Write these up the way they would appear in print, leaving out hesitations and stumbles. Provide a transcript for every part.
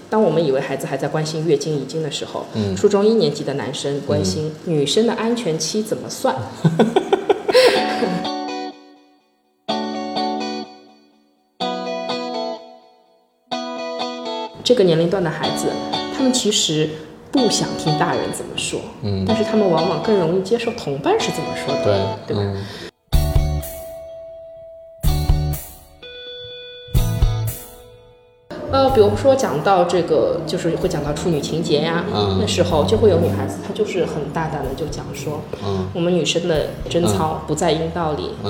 当我们以为孩子还在关心月经遗精的时候，初中1年级的男生关心女生的安全期怎么算。这个年龄段的孩子，他们其实不想听大人怎么说，但是他们往往更容易接受同伴是怎么说的，对吧？比如说讲到这个，就是会讲到处女情节呀，那时候就会有女孩子，她就是很大胆的就讲说，我们女生的贞操不在阴道里，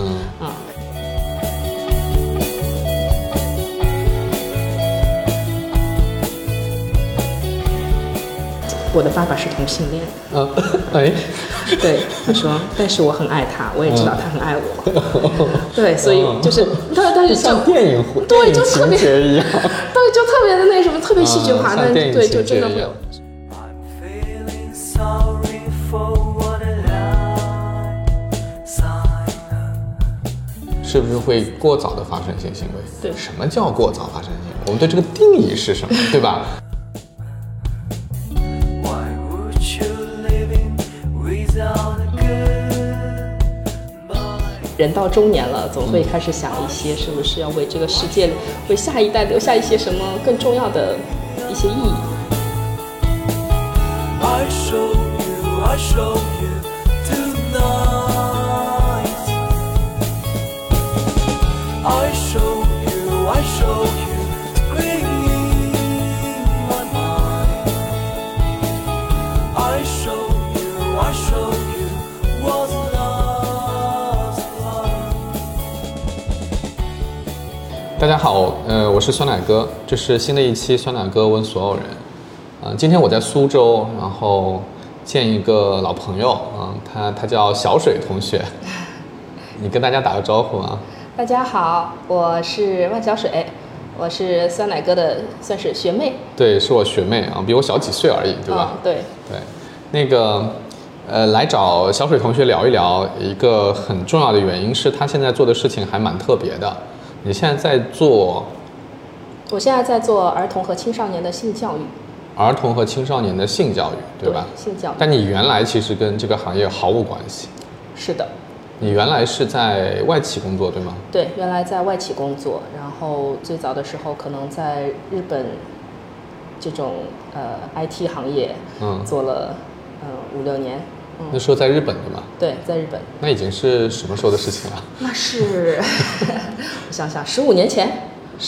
我的爸爸是同性恋，对，他说，但是我很爱他，我也知道他很爱我，对，所以就是，但是像电影对，就特别一样， 对，就特别的那什么，特别戏剧化，但对，就真的会有。 是不是会过早的发生性行为？ 对， 什么叫过早发生性行为？我们对这个定义是什么？对吧？ 人到中年了，总会开始想一些，是不是要为这个世界、为下一代留下一些什么更重要的一些意义。I show you tonight. I show you, bringing my mind. I show you what's lost love. 大家好，我是酸奶哥，这是新的一期酸奶哥问所有人。今天我在苏州，然后见一个老朋友他叫小水同学，你跟大家打个招呼啊。 大家好，我是万小水，我是酸奶哥的算是学妹。 对，是我学妹啊，比我小几岁而已，对吧？ 对， 那个来找小水同学聊一聊，一个很重要的原因是他现在做的事情还蛮特别的。你现在在做？ 我现在在做儿童和青少年的性教育。 儿童和青少年的性教育，对吧？ 性教育。 但你原来其实跟这个行业毫无关系。 是的。 你原来是在外企工作，对吗？ 对，原来在外企工作，然后最早的时候可能在日本这种IT 行业做了5-6年。 那时候在日本对吗？ 对，在日本。 那已经是什么时候的事情了？ 那是我想想，15年前。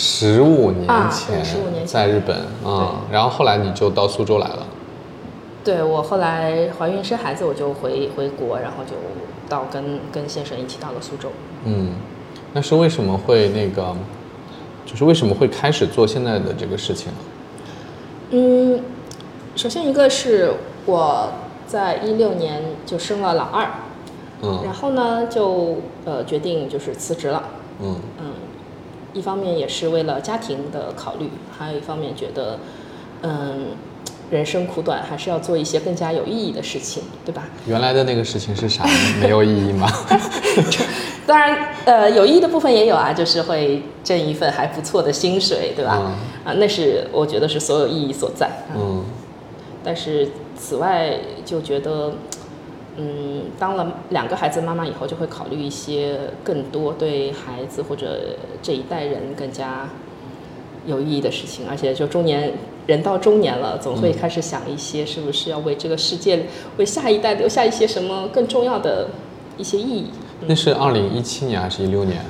15年前，在日本然后后来你就到苏州来了。 对，我后来怀孕生孩子，我就回国，然后就到跟先生一起到了苏州。 那是为什么会就是为什么会开始做现在的这个事情呢？ 首先一个是我在16年就生了老二，然后呢就决定就是辞职了。一方面也是为了家庭的考虑，还有一方面觉得，人生苦短，还是要做一些更加有意义的事情，对吧？ 原来的那个事情是啥？没有意义吗？ 当然，有意义的部分也有啊，就是会挣一份还不错的薪水，对吧？那是我觉得是所有意义所在。但是此外，就觉得。当了2个孩子妈妈以后，就会考虑一些更多对孩子或者这一代人更加有意义的事情，而且就人到中年了，总会开始想一些，是不是要为这个世界、为下一代留下一些什么更重要的一些意义。 那是2017年还是16年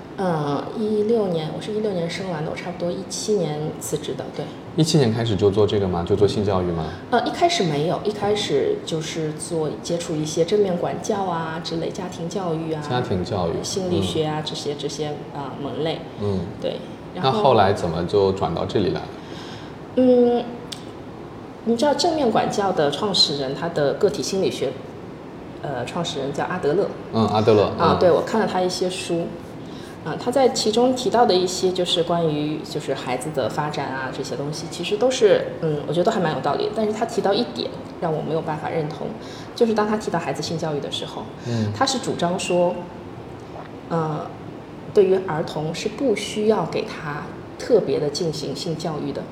？16年，我是16年生完的，我差不多17年辞职的，对。 17年开始就做这个吗？就做性教育吗？ 一开始没有，一开始就是接触一些正面管教啊之类，家庭教育啊，心理学啊这些门类。对。 那后来怎么就转到这里来了？你知道正面管教的创始人，他的个体心理学，创始人叫阿德勒。 阿德勒。 对，我看了他一些书。他在其中提到的一些就是关于就是孩子的发展啊这些东西，其实都是我觉得都还蛮有道理的。但是他提到一点让我没有办法认同，就是当他提到孩子性教育的时候，他是主张说，对于儿童是不需要给他特别的进行性教育的，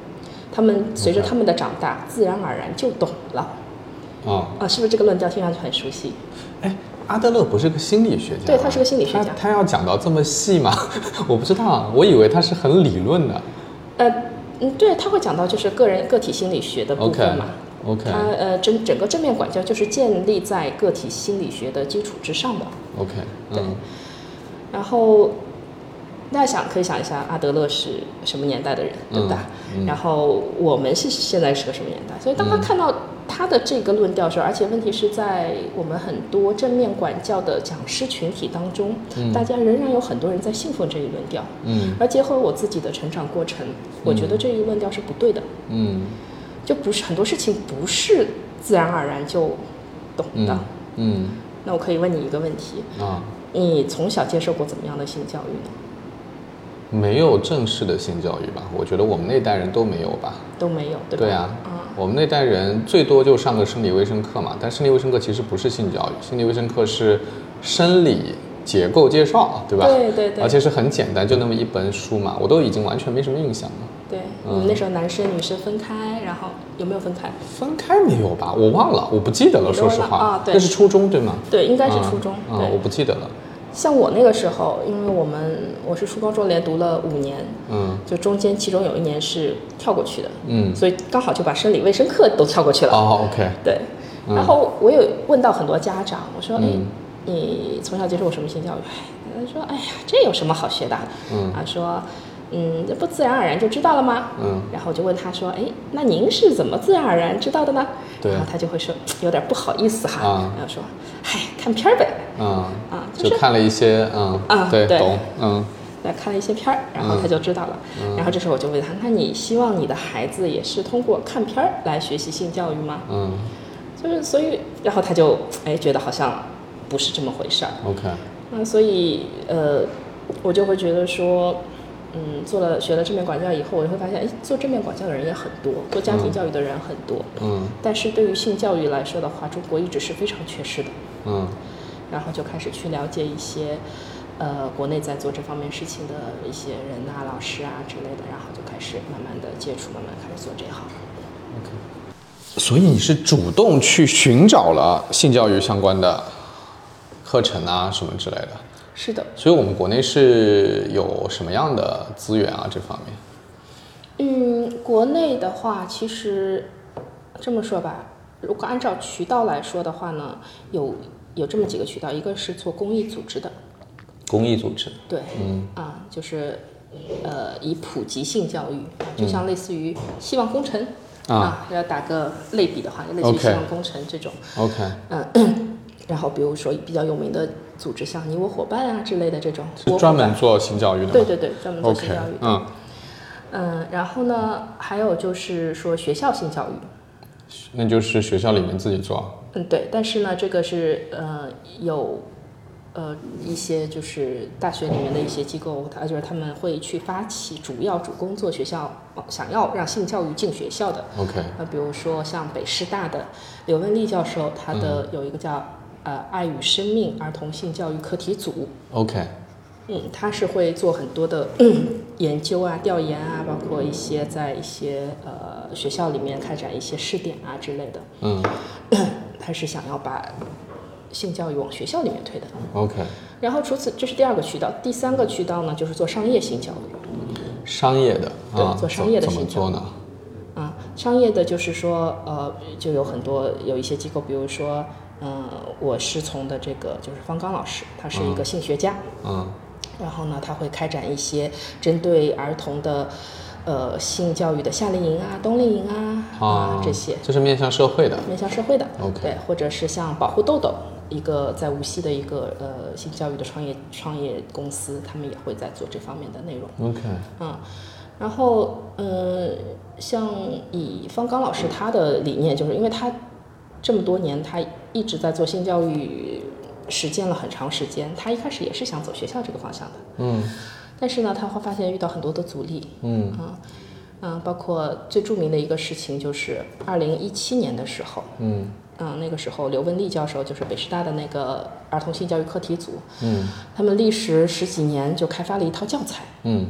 他们随着他们的长大，自然而然就懂了。是不是这个论调听上去很熟悉？ 哎，阿德勒不是个心理学家？ 对，他是个心理学家。 他要讲到这么细吗？我不知道，我以为他是很理论的。 对，他会讲到就是个体心理学的部分嘛。 OK。 他整个正面管教就是建立在个体心理学的基础之上的。 OK。 对。然后大家可以想一下，阿德勒是什么年代的人，对吧？然后我们现在是个什么年代？所以当他看到他的这个论调时，而且问题是在我们很多正面管教的讲师群体当中，大家仍然有很多人在信奉这一论调。而结合我自己的成长过程，我觉得这一论调是不对的。就不是很多事情不是自然而然就懂的。那我可以问你一个问题你从小接受过怎么样的性教育呢？ 没有正式的性教育吧，我觉得我们那代人都没有吧。 都没有，对吧？ 对啊，我们那代人最多就上个生理卫生课嘛，但生理卫生课其实不是性教育，生理卫生课是生理结构介绍，对吧？ 对。 而且是很简单，就那么一本书嘛，我都已经完全没什么印象了。 对，你们那时候男生女生分开，然后有没有分开？ 分开没有吧？我忘了，我不记得了，说实话。 对， 那是初中对吗？ 对，应该是初中。对， 我不记得了。 像我那个时候，因为我是初高中连读了5年，就中间其中有1年是跳过去的，所以刚好就把生理卫生课都跳过去了。 OK。 对，然后我有问到很多家长，我说，你从小接受过什么性教育？他说，哎呀，这有什么好学的？说，这不自然而然就知道了吗？然后我就问他说，那您是怎么自然而然知道的呢？然后他就会说，有点不好意思哈，然后说，嗨，看片儿呗。 就看了一些，对，懂， 看了一些片儿，然后他就知道了。然后这时候我就问他，那你希望你的孩子也是通过看片儿来学习性教育吗？就是所以，然后他就觉得好像不是这么回事儿。 OK。 所以我就会觉得说，学了正面管教以后，我就会发现，做正面管教的人也很多，做家庭教育的人很多。但是对于性教育来说的话，中国一直是非常缺失的。然后就开始去了解一些，国内在做这方面事情的一些人老师之类的，然后就开始慢慢的接触，慢慢开始做这行。 OK。所以你是主动去寻找了性教育相关的课程什么之类的？ 是的。 所以我们国内是有什么样的资源这方面？ 国内的话，其实这么说吧，如果按照渠道来说的话呢，有这么几个渠道，一个是做公益组织的。 公益组织。 对。就是以普及性教育，就像类似于希望工程要打个类比的话，就类似于希望工程这种。 OK。 然后比如说比较有名的组织，像你我伙伴之类的这种， 是专门做性教育的吗？ 对，专门做性教育的。然后呢，还有就是说学校性教育， 那就是学校里面自己做。 对，但是呢，这个是有一些就是大学里面的一些机构，他们会去发起主攻做学校想要让性教育进学校的。 OK。 比如说像北师大的刘文丽教授，他的有一个叫爱与生命儿童性教育课题组。 OK。 他是会做很多的研究调研包括在一些学校里面开展一些试点之类的。他是想要把性教育往学校里面推的。 OK。 然后除此，这是第2个渠道，第3个渠道呢，就是做商业性教育。 商业的。 对，做商业的性教育。 怎么做呢？商业的就是说，就有一些机构，比如说，我师从的这个就是方刚老师，他是一个性学家。然后呢，他会开展一些针对儿童的性教育的夏令营冬令营这些。 这是面向社会的。面向社会的。 OK。 对，或者是像保护豆豆，一个在无锡的一个性教育的创业公司，他们也会在做这方面的内容。 OK。 然后像以方刚老师他的理念，就是因为他这么多年他一直在做性教育，实践了很长时间，他一开始也是想走学校这个方向的。但是呢，他会发现遇到很多的阻力。包括最著名的一个事情就是2017年的时候。那个时候刘文丽教授就是北师大的那个儿童性教育课题组。他们历时10几年就开发了一套教材。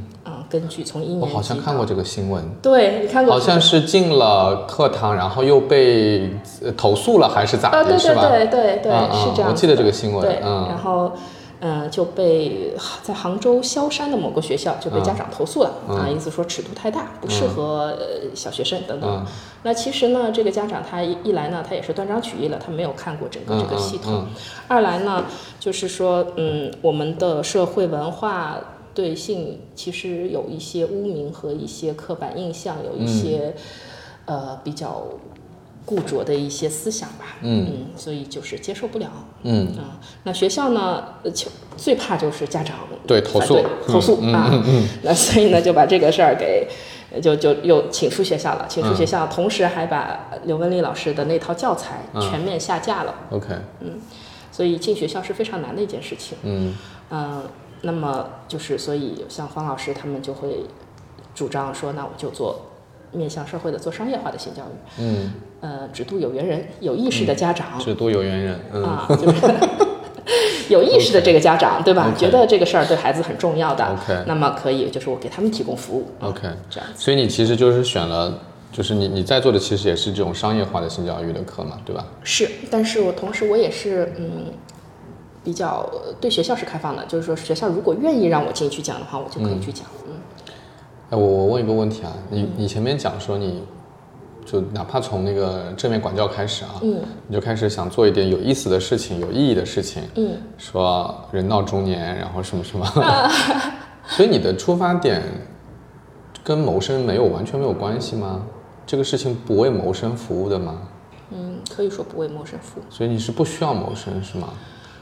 根据从1年级， 我好像看过这个新闻。 对，你看过？ 好像是进了课堂，然后又被投诉了，还是咋的？ 对是吧？ 对，是这样。 我记得这个新闻。 对，然后。就被在杭州萧山的某个学校就被家长投诉了、意思说尺度太大，不适合小学生等等。那其实呢，这个家长他一来呢，他也是断章取义了，他没有看过整个这个系统。二来呢，就是说，我们的社会文化对性其实有一些污名和一些刻板印象，有一些比较固着的一些思想吧，所以就是接受不了，那学校呢，最怕就是家长对投诉那所以呢就把这个事儿给就又请出学校了，请出学校，同时还把刘文丽老师的那套教材全面下架了。 OK， 所以进学校是非常难的一件事情。那么就是所以像方老师他们就会主张说，那我就做面向社会的做商业化的性教育。只渡有缘人，有意识的家长， 只渡有缘人， 就是有意识的这个家长，对吧？ Okay. 觉得这个事儿对孩子很重要的， Okay. 那么可以就是我给他们提供服务。 OK， 这样子。 所以你其实就是选了，就是你在做的其实也是这种商业化的性教育的课嘛，对吧？是， 但是同时我也是比较对学校是开放的，就是说学校如果愿意让我进去讲的话，我就可以去讲。 我问一个问题啊，你前面讲说你就哪怕从那个正面管教开始啊，你就开始想做一点有意思的事情、有意义的事情，说人到中年，然后什么什么，所以你的出发点跟谋生完全没有关系吗？这个事情不为谋生服务的吗？ 可以说不为谋生服务。 所以你是不需要谋生是吗？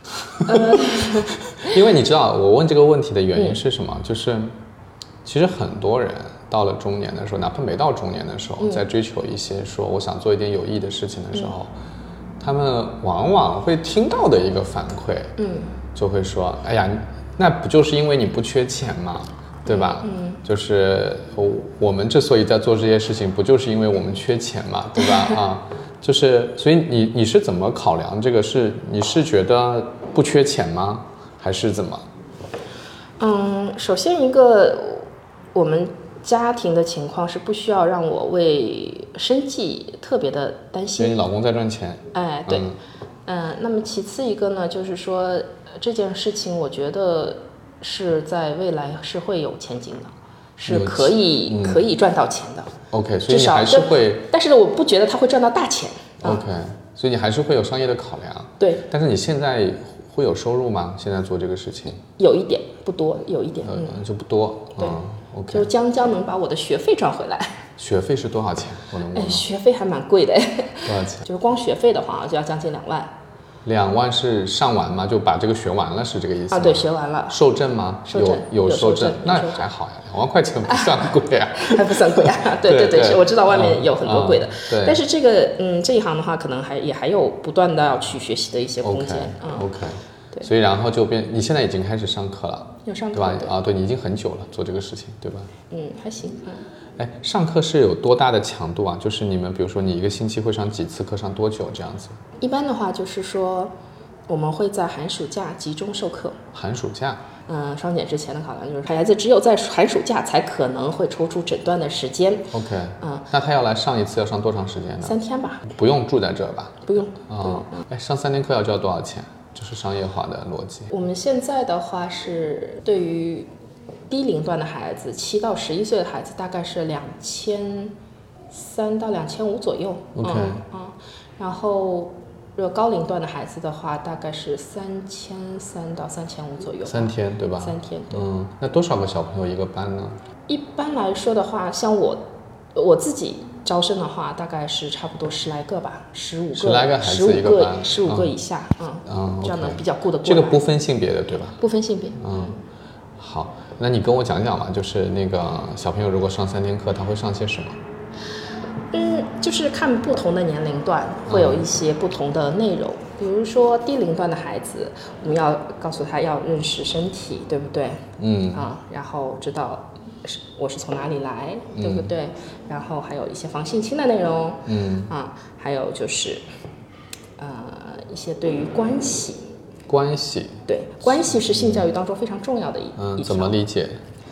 因为你知道我问这个问题的原因是什么？就是其实很多人到了中年的时候，哪怕没到中年的时候，在追求一些说我想做一点有益的事情的时候，他们往往会听到的一个反馈，就会说，哎呀，那不就是因为你不缺钱吗？对吧？就是我们之所以在做这些事情，不就是因为我们缺钱嘛，对吧？就是所以你是怎么考量这个？你是觉得不缺钱吗？还是怎么？ 首先一个，我们家庭的情况是不需要让我为生计特别的担心， 因为你老公在赚钱。 哎，对，那么其次一个呢，就是说这件事情，我觉得是在未来是会有前景的，是可以赚到钱的。OK， 所以你还是会， 但是呢，我不觉得他会赚到大钱。 OK， 所以你还是会有商业的考量。 对， 但是你现在会有收入吗？现在做这个事情？ 有一点，不多，有一点， 就不多。 对 ，OK， 就将能把我的学费赚回来。 学费是多少钱？我能问吗？ 学费还蛮贵的。 多少钱？ 就是光学费的话，就要将近2万。 2万是上完吗？就把这个学完了，是这个意思吗？ 对，学完了。 受证吗？有受证，那还好呀，2万块钱不算贵啊。 还不算贵啊。对，我知道外面有很多贵的。 对。 但是这个这一行的话，可能还有不断的要去学习的一些空间。 OK。对。所以然后就你现在已经开始上课了。 有上课。 对吧？对，你已经很久了做这个事情，对吧？ 还行。 上课是有多大的强度啊？就是你们比如说你一个星期会上几次课，上多久这样子？ 一般的话就是说，我们会在寒暑假集中授课。 寒暑假？ 双减之前的考量就是孩子只有在寒暑假才可能会抽出整段的时间。 OK。那他要来上一次要上多长时间呢？3 天吧。 不用住在这吧？ 不用。 上3天课要交多少钱？就是商业化的逻辑。 我们现在的话是对于低龄段的孩子，7到11岁的孩子，大概是2300到2500左右。 OK。 然后，如果高龄段的孩子的话，大概是3300到3500左右。 3天对吧 ？3天。对。 那多少个小朋友一个班呢？ 一般来说的话，像我自己招生的话，大概是差不多10来个吧，15个。 10来个孩子一个班 ，15个以下。这样的比较顾得过来。 这个不分性别的对吧？ 不分性别。 好，那你跟我讲讲吧，就是那个小朋友如果上3天课，他会上些什么？ 就是看不同的年龄段会有一些不同的内容。比如说低龄段的孩子，我们要告诉他要认识身体，对不对？然后知道我是从哪里来，对不对？然后还有一些防性侵的内容，还有就是一些对于关系。对，关系是性教育当中非常重要的一条。 怎么理解？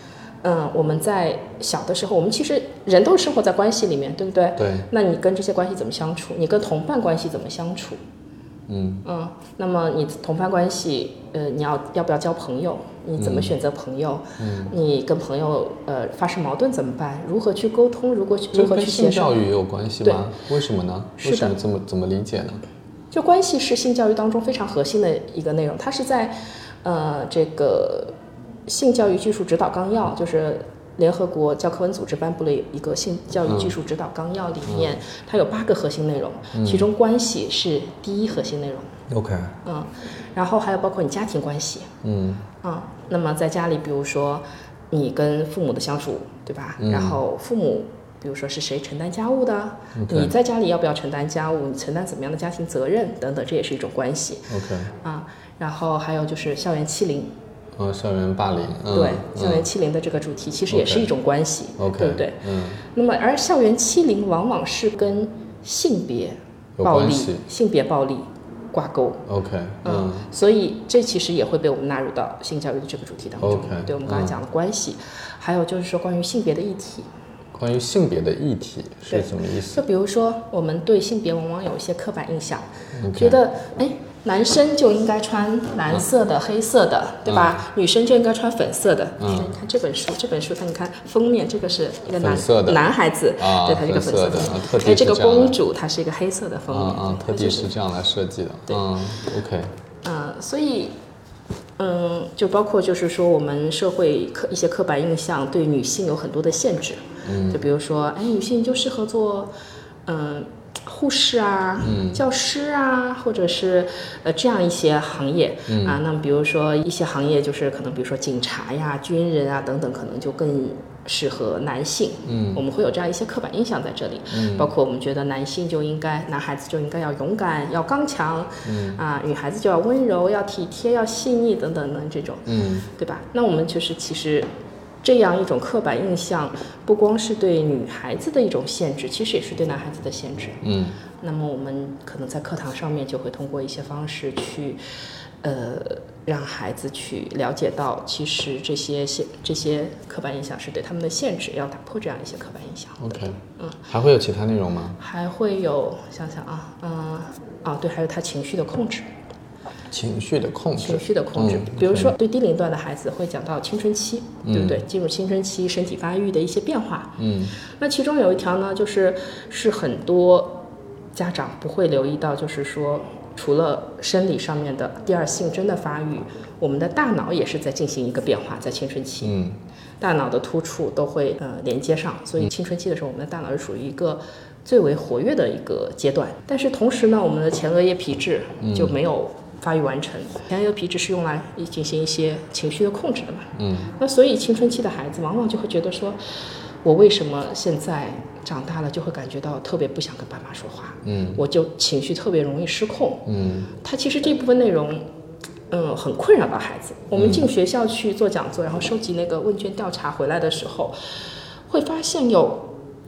我们在小的时候，我们其实人都是生活在关系里面，对不对？ 对。 那你跟这些关系怎么相处？你跟同伴关系怎么相处？那么你同伴关系，你要不要交朋友？你怎么选择朋友？你跟朋友发生矛盾怎么办？如何去沟通？如何去协商？ 跟性教育也有关系吗？为什么呢？为什么怎么理解呢？ 就关系是性教育当中非常核心的一个内容，它是在这个性教育技术指导纲要，就是联合国教科文组织颁布了一个性教育技术指导纲要里面，它有8个核心内容，其中关系是第1核心内容。 OK。 然后还有包括你家庭关系。那么在家里，比如说你跟父母的相处，对吧？然后父母，比如说是谁承担家务的，你在家里要不要承担家务？你承担怎么样的家庭责任等等，这也是一种关系。 OK。 然后还有就是校园欺凌。 校园霸凌。 对，校园欺凌的这个主题其实也是一种关系， OK， 对不对？那么而校园欺凌往往是跟性别暴力、性别暴力挂钩。 OK。 所以这其实也会被我们纳入到性教育的这个主题当中。 OK。 对，我们刚才讲的关系，还有就是说关于性别的议题。 关于性别的议题是什么意思？ 就比如说，我们对性别往往有一些刻板印象，觉得男生就应该穿蓝色的、黑色的，对吧？女生就应该穿粉色的。你看这本书，你看封面，这个是一个男孩子，对，它是一个粉色的。这个公主她是一个黑色的封面， 特地是这样来设计的。 对 ，OK。 所以。就包括就是说我们社会一些刻板印象对女性有很多的限制。就比如说，女性就适合做护士啊、教师啊，或者是这样一些行业。那么比如说一些行业就是可能比如说警察呀、军人啊等等，可能就更适合男性。我们会有这样一些刻板印象在这里。包括我们觉得男孩子就应该要勇敢、要刚强。女孩子就要温柔、要体贴、要细腻等等这种。对吧？那我们就是其实这样一种刻板印象，不光是对女孩子的一种限制，其实也是对男孩子的限制。那么我们可能在课堂上面就会通过一些方式去，让孩子去了解到，其实这些刻板印象是对他们的限制，要打破这样一些刻板印象。 OK。还会有其他内容吗？ 还会有，想想啊，对，还有他情绪的控制。情绪的控制，比如说对低龄段的孩子会讲到青春期，对不对？进入青春期身体发育的一些变化。那其中有一条呢，是很多家长不会留意到，就是说除了生理上面的第二性征的发育，我们的大脑也是在进行一个变化，在青春期。大脑的突触都会连接上，所以青春期的时候，我们的大脑是属于一个最为活跃的一个阶段。但是同时呢，我们的前额叶皮质就没有发育完成。前额叶皮质是用来进行一些情绪的控制的嘛。那所以青春期的孩子往往就会觉得说，我为什么现在长大了就会感觉到特别不想跟爸妈说话？我就情绪特别容易失控。他其实这部分内容很困扰到孩子。我们进学校去做讲座，然后收集那个问卷调查回来的时候，会发现有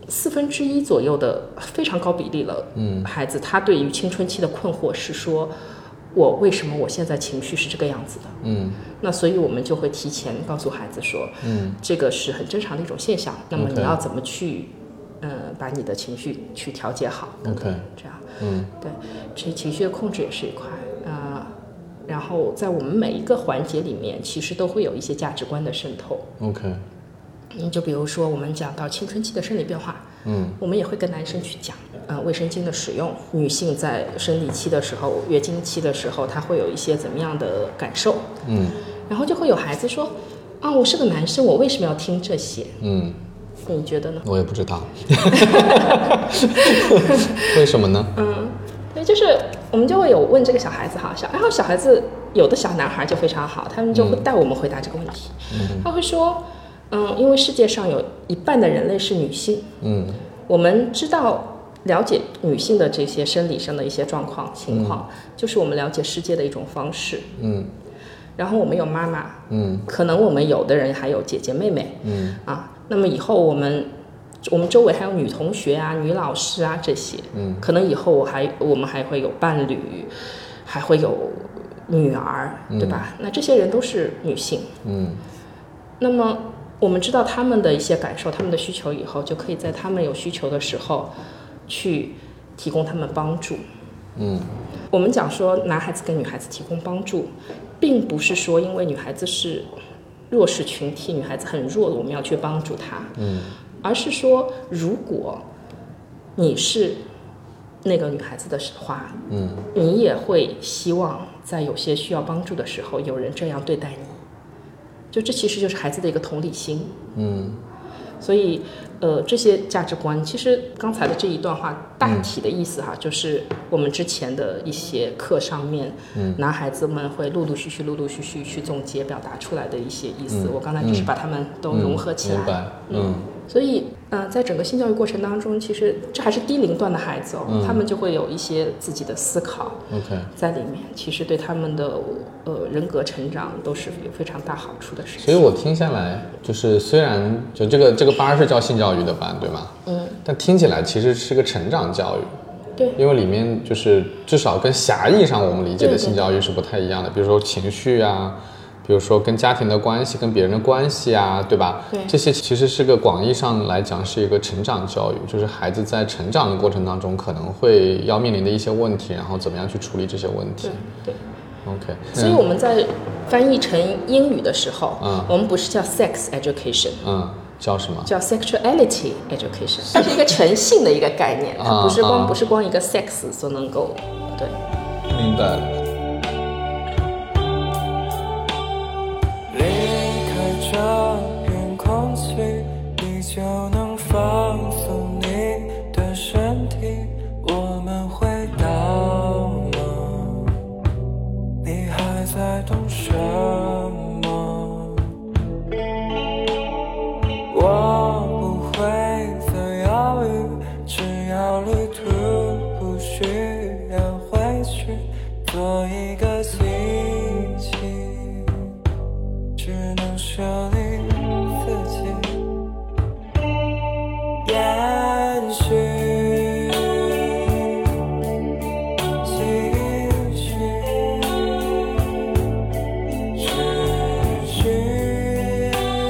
1/4左右的非常高比例了。孩子他对于青春期的困惑是说，为什么我现在情绪是这个样子的？那所以我们就会提前告诉孩子说，这个是很正常的一种现象。那么你要怎么去把你的情绪去调节好等等，这样。对，这情绪的控制也是一块。然后在我们每一个环节里面，其实都会有一些价值观的渗透。 OK。 就比如说我们讲到青春期的生理变化，我们也会跟男生去讲，卫生巾的使用，女性在生理期的时候、月经期的时候，她会有一些怎么样的感受？然后就会有孩子说，我是个男生，我为什么要听这些？你觉得呢？ 我也不知道。为什么呢？ 对，就是我们就会有问这个小孩子哈，然后小孩子有的小男孩就非常好，他们就会带我们回答这个问题。他会说，因为世界上有1半的人类是女性。我们知道了解女性的这些生理上的一些情况，就是我们了解世界的一种方式。然后我们有妈妈，可能我们有的人还有姐姐妹妹。那么以后我们周围还有女同学啊、女老师啊这些。可能以后我们还会有伴侣，还会有女儿，对吧？那这些人都是女性。那么我们知道他们的一些感受，他们的需求以后，就可以在他们有需求的时候去提供他们帮助。我们讲说男孩子跟女孩子提供帮助，并不是说因为女孩子是弱势群体，女孩子很弱我们要去帮助她，而是说如果你是那个女孩子的话，你也会希望在有些需要帮助的时候有人这样对待你，就这其实就是孩子的一个同理心。所以这些价值观，其实刚才的这一段话大体的意思哈，就是我们之前的一些课上面，男孩子们会陆陆续续去总结表达出来的一些意思，我刚才只是把它们都融合起来。 明白。 所以在整个性教育过程当中，其实这还是低龄段的孩子他们就会有一些自己的思考在里面，其实对他们的人格成长都是有非常大好处的事情。 所以我听下来，就是虽然就这个班是叫性教育的班，对吗？但听起来其实是个成长教育。 对， 因为里面就是至少跟狭义上我们理解的性教育是不太一样的，比如说情绪啊，比如说跟家庭的关系、跟别人的关系啊，对吧？ 对， 这些其实是个广义上来讲是一个成长教育，就是孩子在成长的过程当中可能会要面临的一些问题，然后怎么样去处理这些问题。 对。 OK， 所以我们在翻译成英语的时候，我们不是叫 sex education， 叫什么？ 叫 sexuality education， 它是一个全性的一个概念，它不是光一个 sex 所能够。对， 明白了。 离开这片空气，你就能放松你的身体。我们回到了，你还在懂什么？我不会再犹豫，只要旅途不需要回去，做一个奇迹，只能设立自己，延续，继续，持续，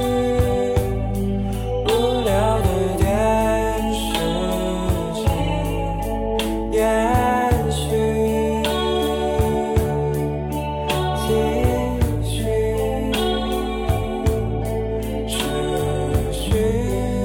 无聊的电视机，延续，继续，持续。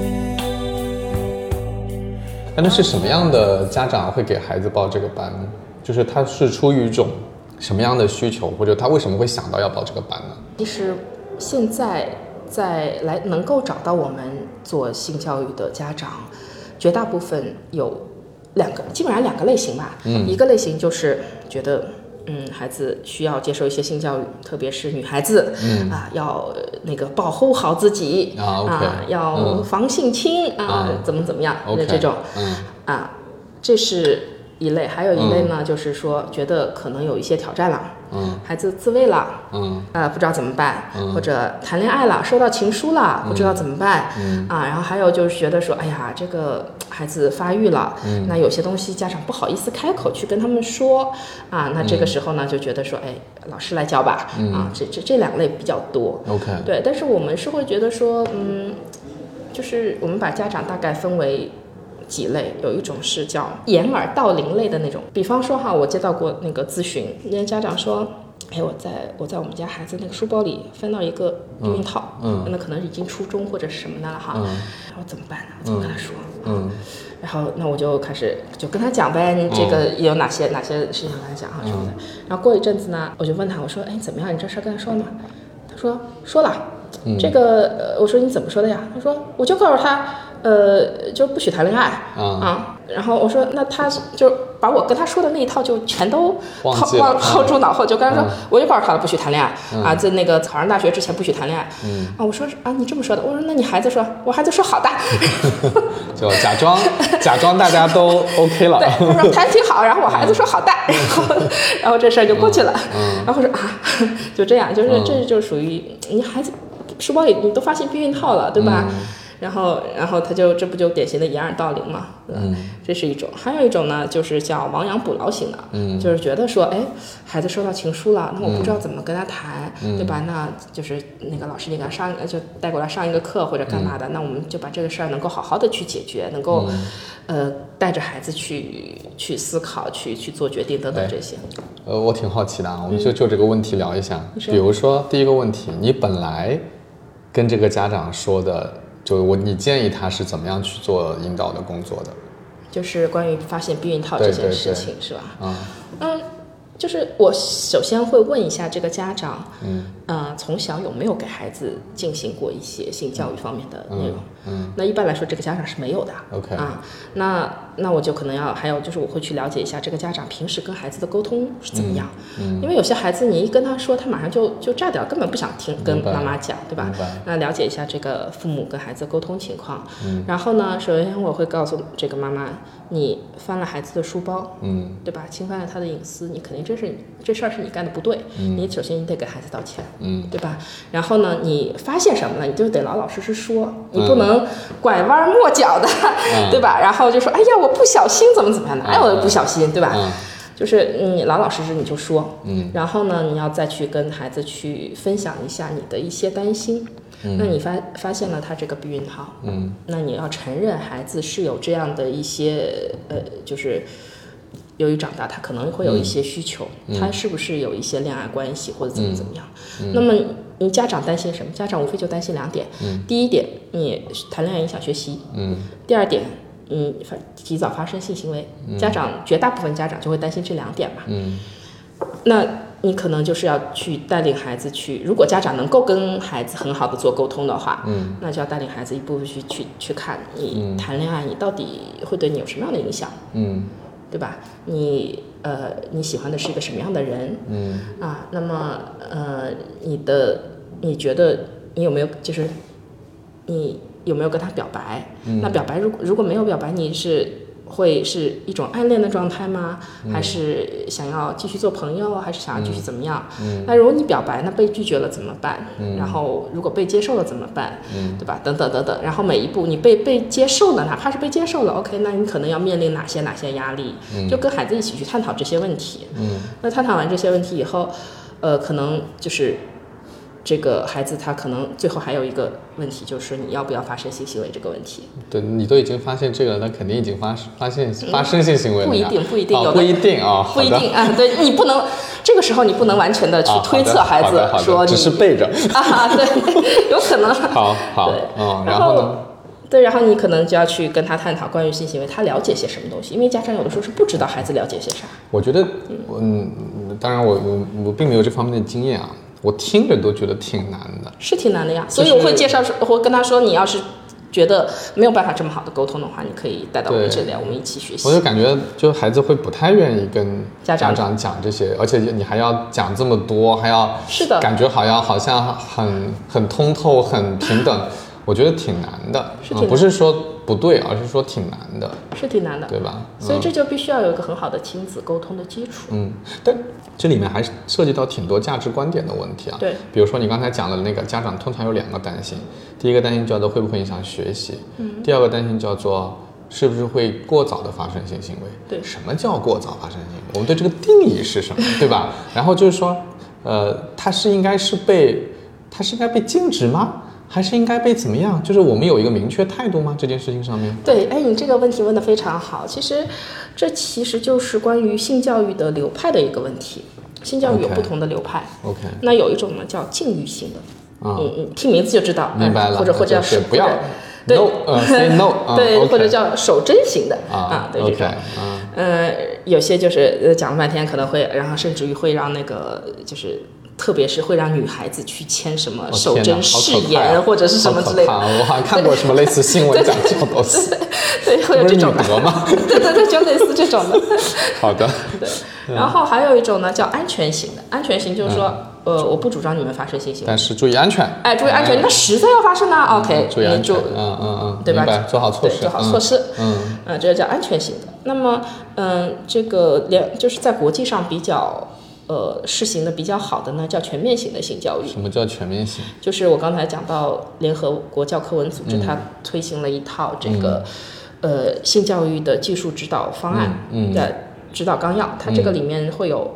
那是什么样的家长会给孩子报这个班呢？就是他是出于一种什么样的需求，或者他为什么会想到要报这个班呢？ 其实现在能够找到我们做性教育的家长，绝大部分有基本上两个类型吧。一个类型就是觉得孩子需要接受一些性教育，特别是女孩子，要那个保护好自己要防性侵怎么样的这种这是一类。还有一类呢，就是说觉得可能有一些挑战了，孩子自慰了，不知道怎么办，或者谈恋爱了，收到情书了，不知道怎么办，然后还有就是觉得说，哎呀，这个孩子发育了，那有些东西家长不好意思开口去跟他们说，那这个时候呢，就觉得说，哎，老师来教吧，这两类比较多。 OK， 对，但是我们是会觉得说，就是我们把家长大概分为几类，有一种是叫掩耳盗铃类的那种，比方说我接到过那个咨询，人家家长说，哎，我在我们家孩子那个书包里翻到一个避孕套，那可能已经初中或者是什么的了哈，然后怎么办呢？怎么跟他说？然后那我就开始就跟他讲呗，你这个有哪些事情跟他讲什么的。然后过一阵子呢，我就问他，我说，哎，怎么样？你这事跟他说吗？他说说了。这个我说你怎么说的呀？他说我就告诉他，就不许谈恋爱然后我说那他就把我跟他说的那一套就全都抛诸脑后，就跟他说我就告诉他了不许谈恋爱在那个考上大学之前不许谈恋爱我说你这么说的，我说那你孩子说，我孩子说好的就假装大家都 OK 了， 对，他说谈挺好，然后我孩子说好的然后这事儿就过去了然后说就这样，就是这就属于你孩子书包里你都发现避孕套了，对吧？ 然后这不就典型的掩耳盗铃嘛，这是一种。还有一种呢，就是叫亡羊补牢型的，就是觉得说，哎，孩子收到情书了，那我不知道怎么跟他谈，对吧？那就是那个老师你给他就带过来上一个课或者干嘛的，那我们就把这个事儿能够好好的去解决，能够带着孩子去思考，去做决定等等这些。 我挺好奇的，我们就这个问题聊一下。比如说第一个问题，你本来跟这个家长说的，你建议他是怎么样去做引导的工作的？ 就是关于发现避孕套这件事情，是吧？就是我首先会问一下这个家长，从小有没有给孩子进行过一些性教育方面的内容？那一般来说这个家长是没有的。 OK 那我就可能还有就是我会去了解一下这个家长平时跟孩子的沟通是怎么样，因为有些孩子你一跟他说，他马上就炸掉，根本不想听，跟妈妈讲，对吧？那了解一下这个父母跟孩子沟通情况，然后呢，首先我会告诉这个妈妈，你翻了孩子的书包，对吧？侵犯了他的隐私，你肯定这事儿是你干的不对，你首先你得给孩子道歉，对吧？然后呢，你发现什么了，你就得老老实实说，你不能拐弯抹角的，对吧？然后就说，哎呀，我不小心怎么样的，哪有不小心，对吧？就是你老老实实你就说，然后呢，你要再去跟孩子去分享一下你的一些担心。那你发现了他这个避孕套，那你要承认孩子是有这样的一些就是由于长大他可能会有一些需求，他是不是有一些恋爱关系或者怎么样？那么你家长担心什么？家长无非就担心2点，第一点，你谈恋爱影响学习，第二点，提早发生性行为，绝大部分家长就会担心这2点嘛。那你可能就是要去带领孩子去，如果家长能够跟孩子很好的做沟通的话，那就要带领孩子一步步去看你谈恋爱，你到底会对你有什么样的影响，对吧？你喜欢的是一个什么样的人，那么你觉得你有没有就是你有没有跟他表白？那表白如果没有表白，你会是一种暗恋的状态吗？还是想要继续做朋友，还是想要继续怎么样？那如果你表白，那被拒绝了怎么办？然后如果被接受了怎么办？对吧？等等等等。然后每一步你被接受了，哪怕是被接受了 ，OK， 那你可能要面临哪些压力？就跟孩子一起去探讨这些问题。那探讨完这些问题以后，可能就是这个孩子他可能最后还有一个问题，就是你要不要发生性行为这个问题。 对，你都已经发现这个了，那肯定已经发生性行为了。 不一定， 不一定啊， 不一定啊。对，你不能这个时候你不能完全的去推测孩子说你只是背着对，有可能。 好，然后呢？ 对，然后你可能就要去跟他探讨关于性行为，他了解些什么东西，因为家长有的时候是不知道孩子了解些啥。 我觉得，当然我并没有这方面的经验啊。我听着都觉得挺难的， 是挺难的呀。所以我会我会跟他说，你要是觉得没有办法这么好的沟通的话，你可以带到我们这里，我们一起学习。 我就感觉，就孩子会不太愿意跟家长讲这些，而且你还要讲这么多，还要是的， 感觉好像很通透、很平等，我觉得挺难的。不是说不对，而是说挺难的， 是挺难的， 对吧？ 所以这就必须要有一个很好的亲子沟通的基础。 但这里面还涉及到挺多价值观点的问题啊。 对， 比如说你刚才讲的那个家长通常有2个担心，第一个担心叫做会不会影响学习，第2个担心叫做是不是会过早的发生性行为。 对， 什么叫过早发生性行为？我们对这个定义是什么，对吧？然后就是说，它是应该被禁止吗？还是应该被怎么样？就是我们有一个明确态度吗？这件事情上面？ 对，你这个问题问得非常好。这其实就是关于性教育的流派的一个问题。性教育有不同的流派。 OK。 那有一种呢叫禁欲性的，听名字就知道， 明白了。 或者叫不要 ，say no， 对， okay， 或者叫守贞型的对这种。有些就是讲了半天可能会，然后甚至于会让那个就是。特别是会让女孩子去签什么守贞誓言，或者是什么之类的。 我好像看过什么类似新闻讲这种东西。 对，会有这种的。 不是女德吗？ 对，就类似这种的。 好的。 对，然后还有一种呢叫安全型的，安全型就是说，我不主张你们发生性行为， 但是注意安全。 注意安全。那实在要发生呢 ，OK， 注意安全。 对吧？ 做好措施。 做好措施。这叫安全型的。那么，这个就是在国际上比较。 试行的比较好的呢，叫全面型的性教育。 什么叫全面型？ 就是我刚才讲到联合国教科文组织，它推行了一套这个性教育的技术指导方案的指导纲要，它这个里面会有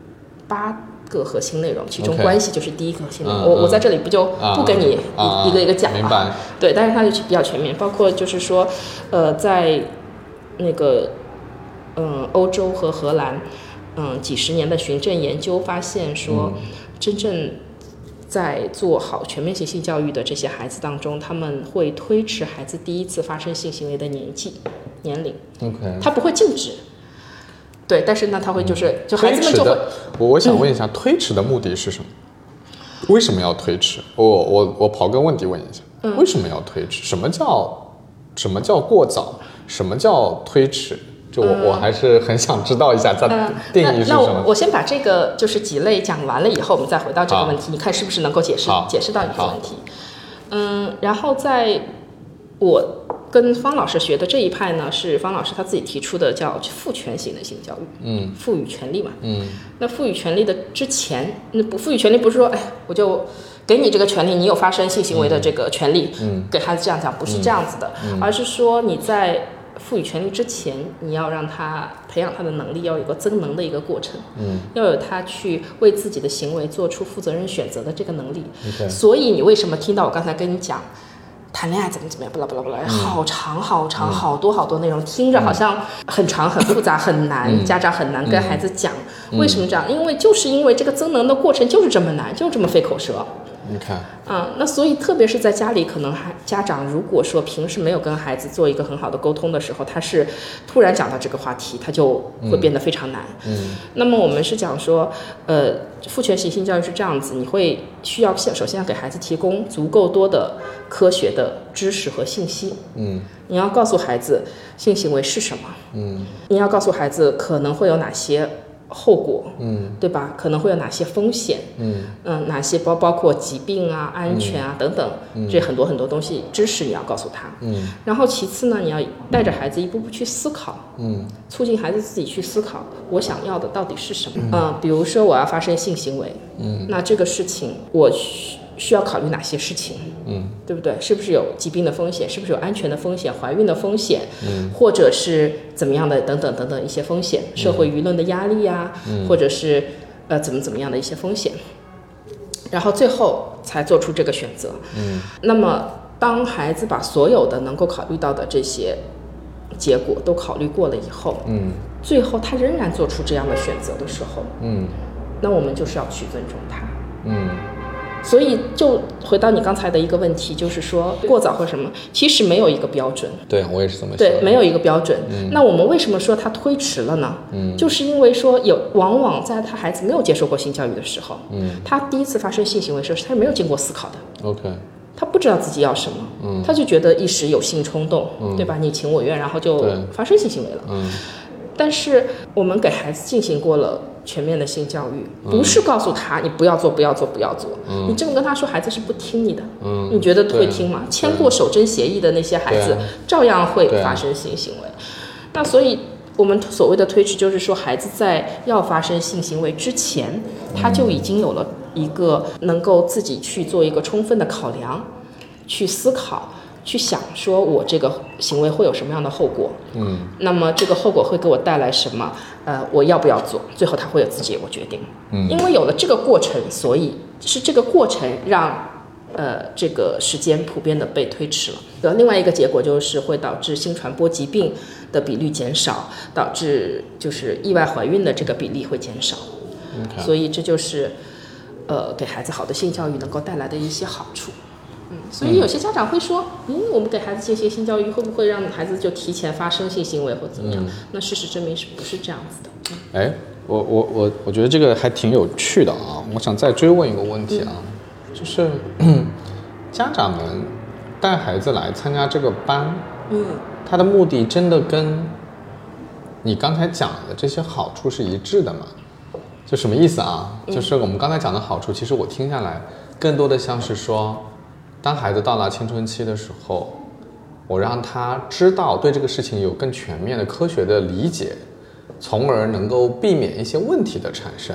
8个核心内容，其中关系就是第一个核心内容。我在这里不跟你一个一个讲了， 明白？对， 但是它就比较全面，包括就是说，在那个欧洲和荷兰，几十年的循证研究发现说，真正在做好全面性性教育的这些孩子当中，他们会推迟孩子第一次发生性行为的年龄。 OK， 他不会禁止。对，但是呢，他会就孩子们就会。 我想问一下，推迟的目的是什么？为什么要推迟？我刨个问题问一下，为什么要推迟？什么叫过早？什么叫推迟？就我还是很想知道一下它定义是什么。 那我先把这个就是几类讲完了以后，我们再回到这个问题，你看是不是能够解释到你的问题？然后在我跟方老师学的这一派呢，是方老师他自己提出的叫赋权型的性教育，赋予权利嘛，那赋予权利的之前，那不赋予权利不是说，我就给你这个权利，你有发生性行为的这个权利，给孩子这样讲，不是这样子的，而是说你在赋予权利之前，你要让他培养他的能力，要有个增能的一个过程，要有他去为自己的行为做出负责任选择的这个能力。所以你为什么听到我刚才跟你讲谈恋爱怎么样，巴拉巴拉巴拉，好长好长，好多内容，听着好像很长很复杂很难，家长很难跟孩子讲。为什么这样？因为这个增能的过程就是这么难，就这么费口舌。 你看， 那所以特别是在家里，可能家长如果说平时没有跟孩子做一个很好的沟通的时候，他是突然讲到这个话题，他就会变得非常难。那么我们是讲说，赋权型性教育是这样子，你会需要首先要给孩子提供足够多的科学的知识和信息。你要告诉孩子性行为是什么。你要告诉孩子可能会有哪些后果，对吧？可能会有哪些风险，哪些包括疾病啊、安全啊等等，这很多东西知识你要告诉他，然后其次呢，你要带着孩子一步步去思考，促进孩子自己去思考我想要的到底是什么，比如说我要发生性行为，那这个事情我需要考虑哪些事情，对不对？是不是有疾病的风险？是不是有安全的风险？怀孕的风险，或者是怎么样的等等一些风险，社会舆论的压力啊，或者是怎么样的一些风险，然后最后才做出这个选择。那么当孩子把所有的能够考虑到的这些结果都考虑过了以后，最后他仍然做出这样的选择的时候，那我们就是要去尊重他。所以就回到你刚才的一个问题，就是说过早或什么，其实没有一个标准。 对，我也是这么想。 对，没有一个标准。那我们为什么说他推迟了呢？就是因为说往往在他孩子没有接受过性教育的时候，他第一次发生性行为的时候，他是没有经过思考的。 OK。 他不知道自己要什么，他就觉得一时有性冲动，对吧？你情我愿，然后就发生性行为了。但是我们给孩子进行过了全面的性教育，不是告诉他你不要做，你这么跟他说，孩子是不听你的。你觉得会听吗？签过守贞协议的那些孩子照样会发生性行为。那所以我们所谓的推迟，就是说孩子在要发生性行为之前，他就已经有了一个能够自己去做一个充分的考量，去思考，去想说我这个行为会有什么样的后果，那么这个后果会给我带来什么，我要不要做，最后他会有自己有个决定，因为有了这个过程，所以是这个过程让这个时间普遍的被推迟了。另外一个结果就是会导致性传播疾病的比率减少，导致就是意外怀孕的这个比例会减少，所以这就是给孩子好的性教育能够带来的一些好处。所以有些家长会说，我们给孩子进行性教育会不会让孩子就提前发生性行为或怎么样？那事实证明是不是这样子的？ 我觉得这个还挺有趣的啊。我想再追问一个问题啊，就是家长们带孩子来参加这个班，他的目的真的跟你刚才讲的这些好处是一致的吗？就什么意思啊？就是我们刚才讲的好处，其实我听下来更多的像是说，当孩子到了青春期的时候，我让他知道对这个事情有更全面的科学的理解，从而能够避免一些问题的产生。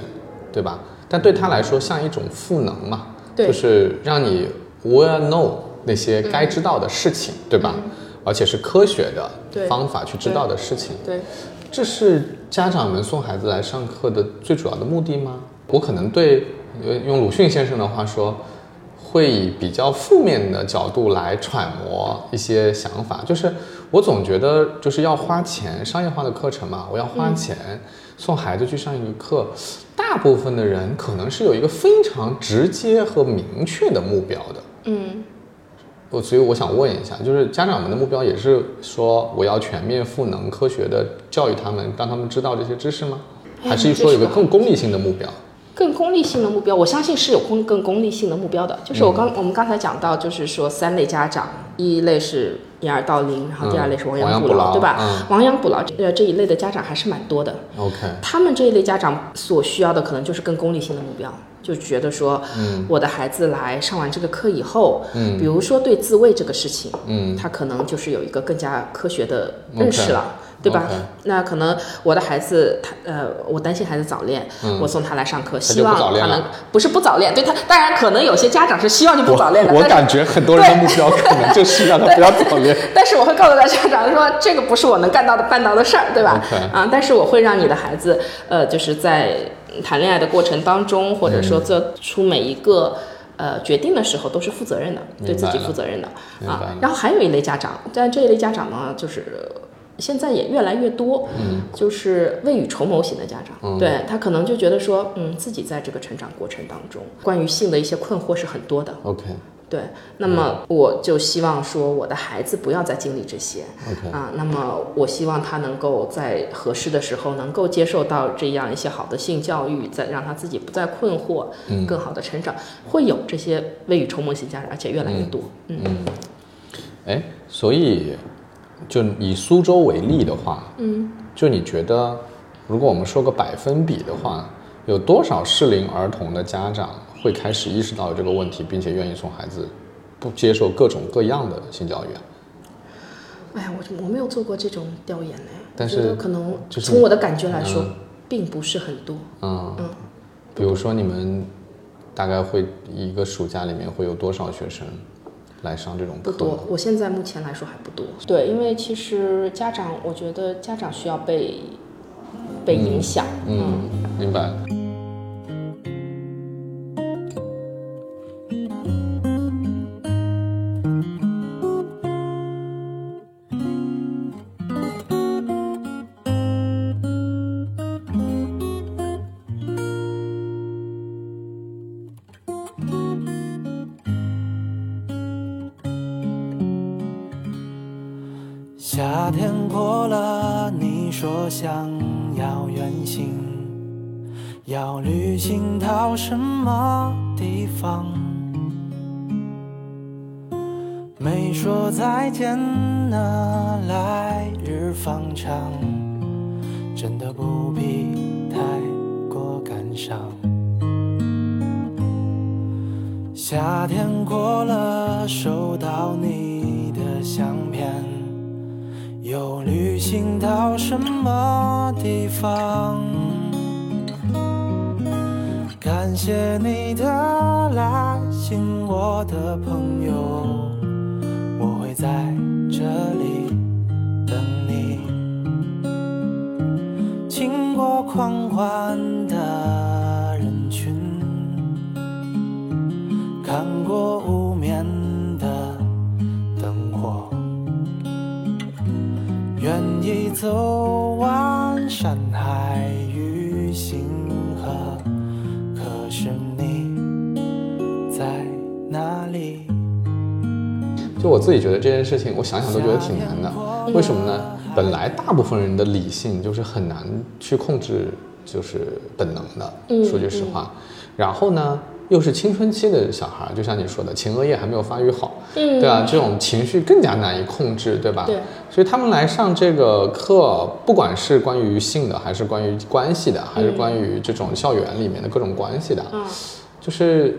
对吧？但对他来说像一种赋能嘛， 对， 就是让你 will know 那些该知道的事情，对吧？而且是科学的方法去知道的事情。 对， 这是家长们送孩子来上课的最主要的目的吗？我可能对用鲁迅先生的话说，会以比较负面的角度来揣摩一些想法，就是我总觉得就是要花钱，商业化的课程嘛，我要花钱送孩子去上一个课，大部分的人可能是有一个非常直接和明确的目标的。所以我想问一下，就是家长们的目标也是说我要全面赋能科学的教育他们，让他们知道这些知识吗？还是说有个更功利性的目标？ 更功利性的目标，我相信是有更功利性的目标的。就是我们刚才讲到，就是说3类家长，一类是掩耳盗铃，然后第2类是亡羊补牢，对吧？亡羊补牢这一类的家长还是蛮多的。 OK， 他们这一类家长所需要的可能就是更功利性的目标。就觉得说，我的孩子来上完这个课以后，比如说对自慰这个事情，他可能就是有一个更加科学的认识了。对吧？那可能我的孩子，我担心孩子早恋，我送他来上课，希望他能不是不早恋，对他，当然可能有些家长是希望你不早恋的。 我感觉很多人的目标可能就是让他不要早恋。 但是我会告诉家长说，这个不是我能办到的事儿，对吧？但是我会让你的孩子，就是在谈恋爱的过程当中，或者说做出每一个决定的时候都是负责任的，对自己负责任的啊。然后还有一类家长，但这一类家长呢，就是现在也越来越多，就是未雨绸缪型的家长，对，他可能就觉得说，自己在这个成长过程当中，关于性的一些困惑是很多的。 OK， 对，那么我就希望说，我的孩子不要再经历这些。 OK， 那么我希望他能够在合适的时候能够接受到这样一些好的性教育，再让他自己不再困惑，更好的成长。会有这些未雨绸缪型家长，而且越来越多。 所以。就以苏州为例的话，就你觉得，如果我们说个百分比的话，有多少适龄儿童的家长会开始意识到这个问题，并且愿意送孩子不接受各种各样的性教育啊？ 哎呀，我没有做过这种调研呢， 但是可能从我的感觉来说，并不是很多。 比如说你们大概会一个暑假里面会有多少学生来上这种课？ 不多，我现在目前来说还不多。对，因为其实家长，我觉得家长需要被影响。 明白。 夏天过了，你说想要远行，要旅行到什么地方？没说再见呢，来日方长，真的不必太过感伤。夏天过了，收到你的相片，又旅行到什么地方？感谢你的来信，我的朋友，我会在这里等你。经过狂欢的人群，看过无眠的灯火，愿意走完山海与星河，可是你在哪里？ 就我自己觉得这件事情，我想想都觉得挺难的。为什么呢？本来大部分人的理性就是很难去控制，就是本能的，说句实话。然后呢，又是青春期的小孩，就像你说的，前额叶还没有发育好，对吧？这种情绪更加难以控制，对吧？ 对。 所以他们来上这个课，不管是关于性的，还是关于关系的，还是关于这种校园里面的各种关系的，就是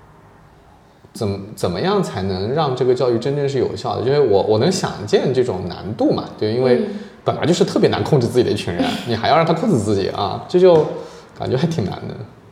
怎么样才能让这个教育真正是有效的？因为我能想见这种难度嘛，对，因为本来就是特别难控制自己的一群人，你还要让他控制自己啊，这就感觉还挺难的。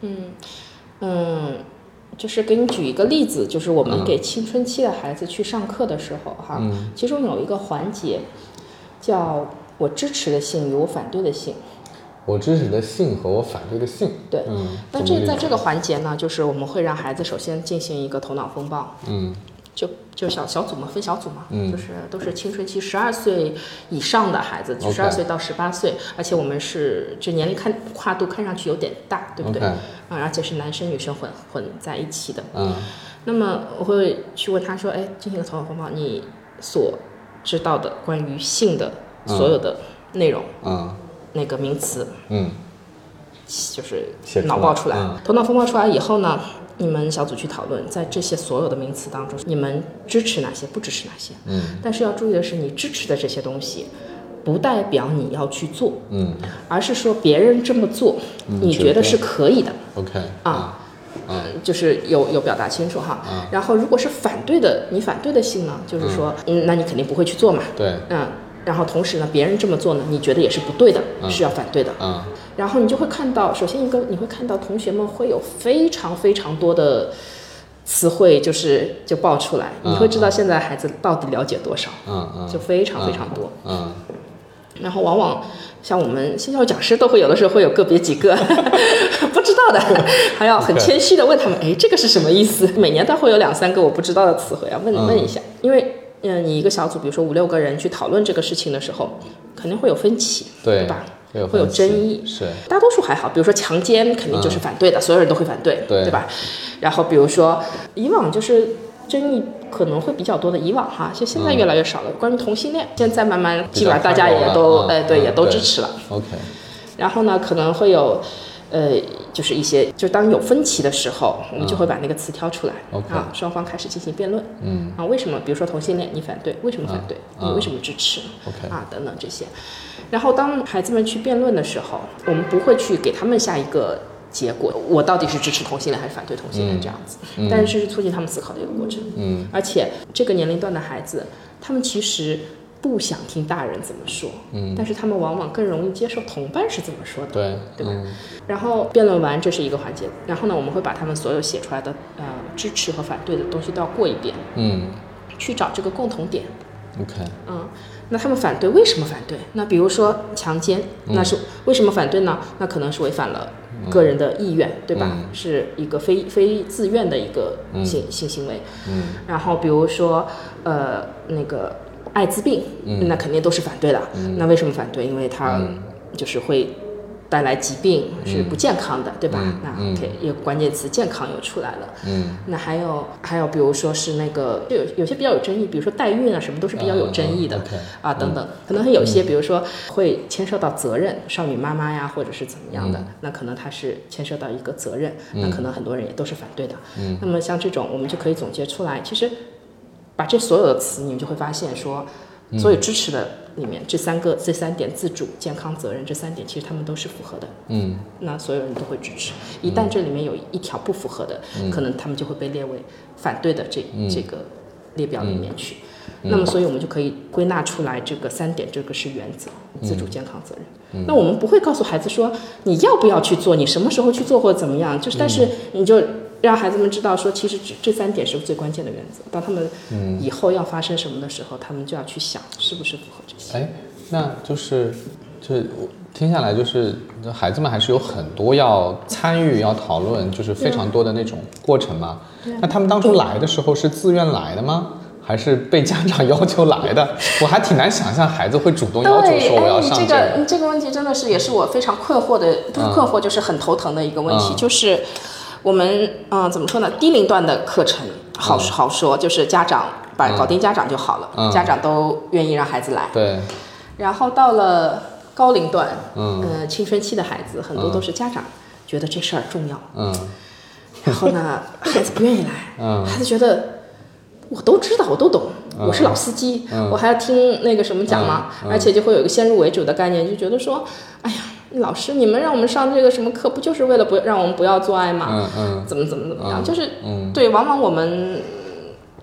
就是给你举一个例子，就是我们给青春期的孩子去上课的时候哈，其中有一个环节叫我支持的性与我反对的性。 我支持的性和我反对的性。 对，那在这个环节呢，就是我们会让孩子首先进行一个头脑风暴。就小组嘛，分小组嘛，就是都是青春期12岁以上的孩子，12岁到18岁，而且我们是这年龄跨度看上去有点大，对不对？而且是男生女生混在一起的。那么我会去问他说，进行个头脑风暴，你所知道的关于性的所有的内容，那个名词，就是脑爆出来，头脑风暴出来以后呢，你们小组去讨论，在这些所有的名词当中，你们支持哪些，不支持哪些。但是要注意的是，你支持的这些东西，不代表你要去做，而是说别人这么做，你觉得是可以的。 OK 就是有表达清楚哈。然后如果是反对的，你反对的性呢，就是说，那你肯定不会去做嘛。 对。 然后同时呢，别人这么做呢，你觉得也是不对的，是要反对的。然后你就会看到，首先你会看到同学们会有非常非常多的词汇就爆出来，你会知道现在孩子到底了解多少，就非常非常多。然后往往像我们性教育讲师都会有的时候会有个别几个不知道的，还要很谦虚的问他们，这个是什么意思？每年都会有2-3个我不知道的词汇要问一下，因为。你一个小组，比如说5-6个人去讨论这个事情的时候，肯定会有分歧，对吧？会有争议。 是。大多数还好，比如说强奸，肯定就是反对的，所有人都会反对，对吧？然后比如说以往就是争议可能会比较多的，以往哈，就现在越来越少了。关于同性恋，现在慢慢基本上大家也都也都支持了。 OK。 然后呢，可能会有。就是一些，就当有分歧的时候，我们就会把那个词挑出来，双方开始进行辩论，为什么？比如说同性恋，你反对，为什么反对？你为什么支持？等等这些。然后当孩子们去辩论的时候，我们不会去给他们下一个结果，我到底是支持同性恋还是反对同性恋这样子，但是这是促进他们思考的一个过程，而且这个年龄段的孩子，他们其实。不想听大人怎么说，但是他们往往更容易接受同伴是怎么说的，对吧？然后辩论完，这是一个环节，然后呢，我们会把他们所有写出来的支持和反对的东西都要过一遍，去找这个共同点。 OK， 那他们反对，为什么反对？那比如说强奸，那是为什么反对呢？那可能是违反了个人的意愿，对吧？是一个非自愿的一个性行为。然后比如说那个。艾滋病，那肯定都是反对的。那为什么反对？因为它就是会带来疾病，是不健康的，对吧？那 OK， 一个关键词健康又出来了。那还有，比如说是那个，就有些比较有争议，比如说代孕啊，什么都是比较有争议的等等。可能有些，比如说会牵涉到责任，少女妈妈呀，或者是怎么样的，那可能它是牵涉到一个责任，那可能很多人也都是反对的。那么像这种，我们就可以总结出来，其实。把这所有的词，你们就会发现说，所有支持的里面，这3点：自主、健康、责任，这3点其实他们都是符合的。那所有人都会支持。一旦这里面有一条不符合的，可能他们就会被列为反对的这个列表里面去。那么，所以我们就可以归纳出来这个3点，这个是原则：自主、健康、责任。那我们不会告诉孩子说你要不要去做，你什么时候去做或者怎么样，但是你就。让孩子们知道说，其实这3点是最关键的原则。当他们以后要发生什么的时候，他们就要去想是不是符合这些。 那就是听下来，就是孩子们还是有很多要参与、要讨论，就是非常多的那种过程嘛。那他们当初来的时候是自愿来的吗？还是被家长要求来的？我还挺难想象孩子会主动要求说我要上这个。 这个问题真的是也是我非常困惑的，不是困惑就是很头疼的一个问题，就是。我们怎么说呢？低龄段的课程好说，就是家长搞定家长就好了，家长都愿意让孩子来。 对。 然后到了高龄段，青春期的孩子很多都是家长觉得这事儿重要，然后呢，孩子不愿意来，孩子觉得我都知道，我都懂，我是老司机，我还要听那个什么讲吗？而且就会有一个先入为主的概念，就觉得说，哎呀。老师，你们让我们上这个什么课，不就是为了让我们不要做爱吗？怎么样？就是对，往往我们